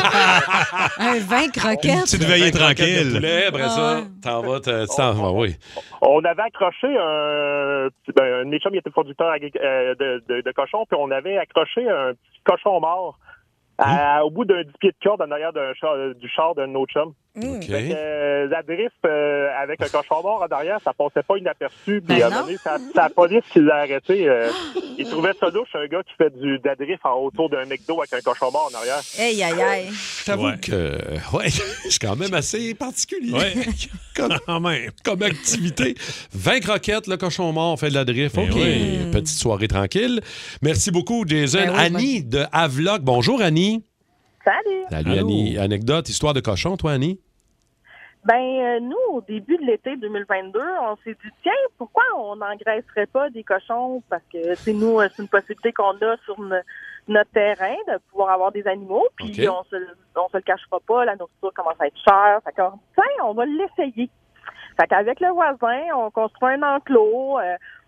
Un vin croquette. Tu devais y être tranquille. De poulet, après Ah ça, ouais. t'en vas, t'en t'en vas, oui. On avait accroché un... Ben, un de mes chums, il était producteur agri- euh, de, de, de cochons, puis on avait accroché un petit cochon mort à- au bout d'un dix pieds de corde en arrière d'un char, du char d'un autre chum. OK. Fait que, euh, la drift euh, avec un cochon mort en arrière, ça passait pas inaperçu. Puis Ben à un non. moment donné, c'est la- c'est la police qui l'a arrêté. Euh, il trouvait ça louche, un gars qui fait du, de la drift en autour d'un McDo avec un cochon mort en arrière. Aïe, aïe, aïe. T'avoue Ouais. que, ouais, c'est quand même assez particulier. Ouais. comme, Quand même. comme activité. vingt croquettes, le cochon mort, on fait de la drift. Ben OK. oui. Petite soirée tranquille. Merci beaucoup, Jason. Ben oui, Annie de Havelock. Bonjour, Annie. Salut! Salut, Allô. Annie. Anecdote, histoire de cochon, toi, Annie? Ben, euh, nous, au début de l'été deux mille vingt-deux, on s'est dit, tiens, pourquoi on n'engraisserait pas des cochons? Parce que, c'est nous, euh, c'est une possibilité qu'on a sur no- notre terrain de pouvoir avoir des animaux. Puis, OK. on se, on se le cachera pas, la nourriture commence à être chère. Fait qu'on, tiens, on va l'essayer. Fait qu'avec le voisin, on construit un enclos, euh,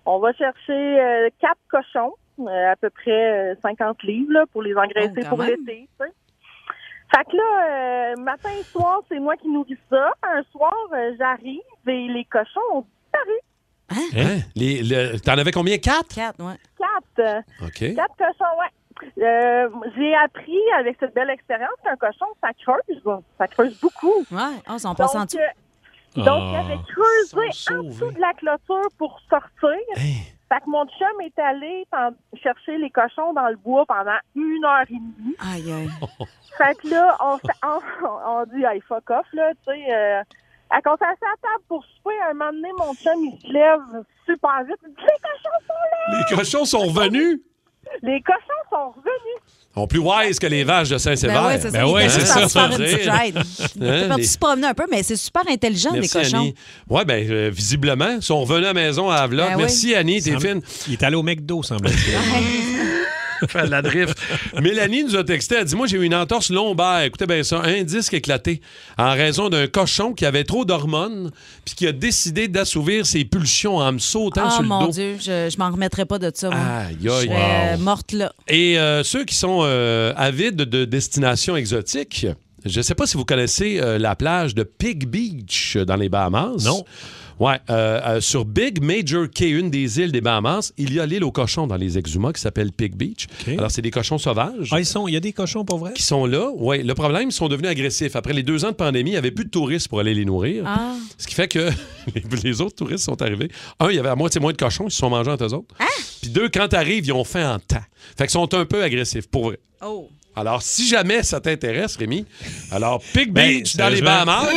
On va chercher euh, quatre cochons, euh, à peu près euh, cinquante livres là, pour les engraisser Oh, pour quand même. l'été. Tu sais. Fait que là, euh, matin et soir, c'est moi qui nourris ça. Un soir, euh, j'arrive et les cochons ont disparu. Hein? Les, le- t'en avais combien? Quatre? Quatre, ouais. Quatre. euh, OK. Quatre cochons, ouais. Euh, j'ai appris avec cette belle expérience qu'un cochon, ça creuse. là. Ça creuse beaucoup. Ouais, oh, ils sont passés en Donc, dessous. euh, donc, Ah, il avait creusé en dessous de la clôture pour sortir. Fait que mon chum est allé pen- chercher les cochons dans le bois pendant une heure et demie. Aïe, aïe. Fait que là, on, fait- on, on dit, hey, fuck off, là, tu sais. Euh, à qu'on s'est assis à table pour souper, un moment donné, mon chum, il se lève super vite. Il dit, les cochons sont là! Les cochons sont revenus? Les cochons sont revenus. Ils sont plus wise que les vaches de Saint-Sévère. Ben ouais, c'est ça. Ben Ils ouais, étaient c'est juste ça. partis faire ça une veut petite dire. ride. Ils Hein, étaient partis les- se promener un peu, mais c'est super intelligent, Merci, les cochons. Annie. Oui, bien, euh, visiblement, ils sont revenus à la maison à Havelock. Ben oui. Merci, Annie, t'es Semble- fine. Il est allé au McDo, semble-t-il. Faire de la drift. Mélanie nous a texté, elle dit, moi, j'ai eu une entorse lombaire. Écoutez bien ça, un disque éclaté en raison d'un cochon qui avait trop d'hormones puis qui a décidé d'assouvir ses pulsions en me sautant Oh sur le mon dos. Dieu, je, je m'en remettrai pas de ça, moi. Aïe, Je aïe. serais Wow. morte là. Et euh, ceux qui sont euh, avides de destinations exotiques, je ne sais pas si vous connaissez euh, la plage de Pig Beach euh, dans les Bahamas. Non. Ouais, euh, euh, sur Big Major Cay, une des îles des Bahamas, il y a l'île aux cochons dans les Exumas qui s'appelle Pig Beach. Alors, c'est des cochons sauvages. Ah, ils sont, il y a des cochons pour vrai? Qui sont là. Oui, le problème, ils sont devenus agressifs. Après les deux ans de pandémie, il n'y avait plus de touristes pour aller les nourrir. Ah. Ce qui fait que les, les autres touristes sont arrivés. Un, il y avait à moitié moins de cochons, ils se sont mangés entre eux autres. Puis deux, quand tu arrives, ils ont faim en temps. Fait qu'ils sont un peu agressifs, pour vrai. Oh. Alors, si jamais ça t'intéresse, Rémi, alors Pig Ben, Beach dans les sérieusement, Bahamas.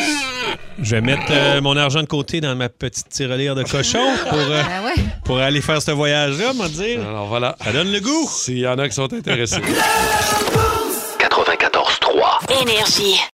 Je vais mettre euh, mon argent de côté dans ma petite tirelire de cochon pour, euh, Ben ouais. pour aller faire ce voyage-là, m'en dire. Alors voilà. Ça donne le goût. S'il y en a qui sont intéressés. quatre-vingt-quatorze trois. Énergie.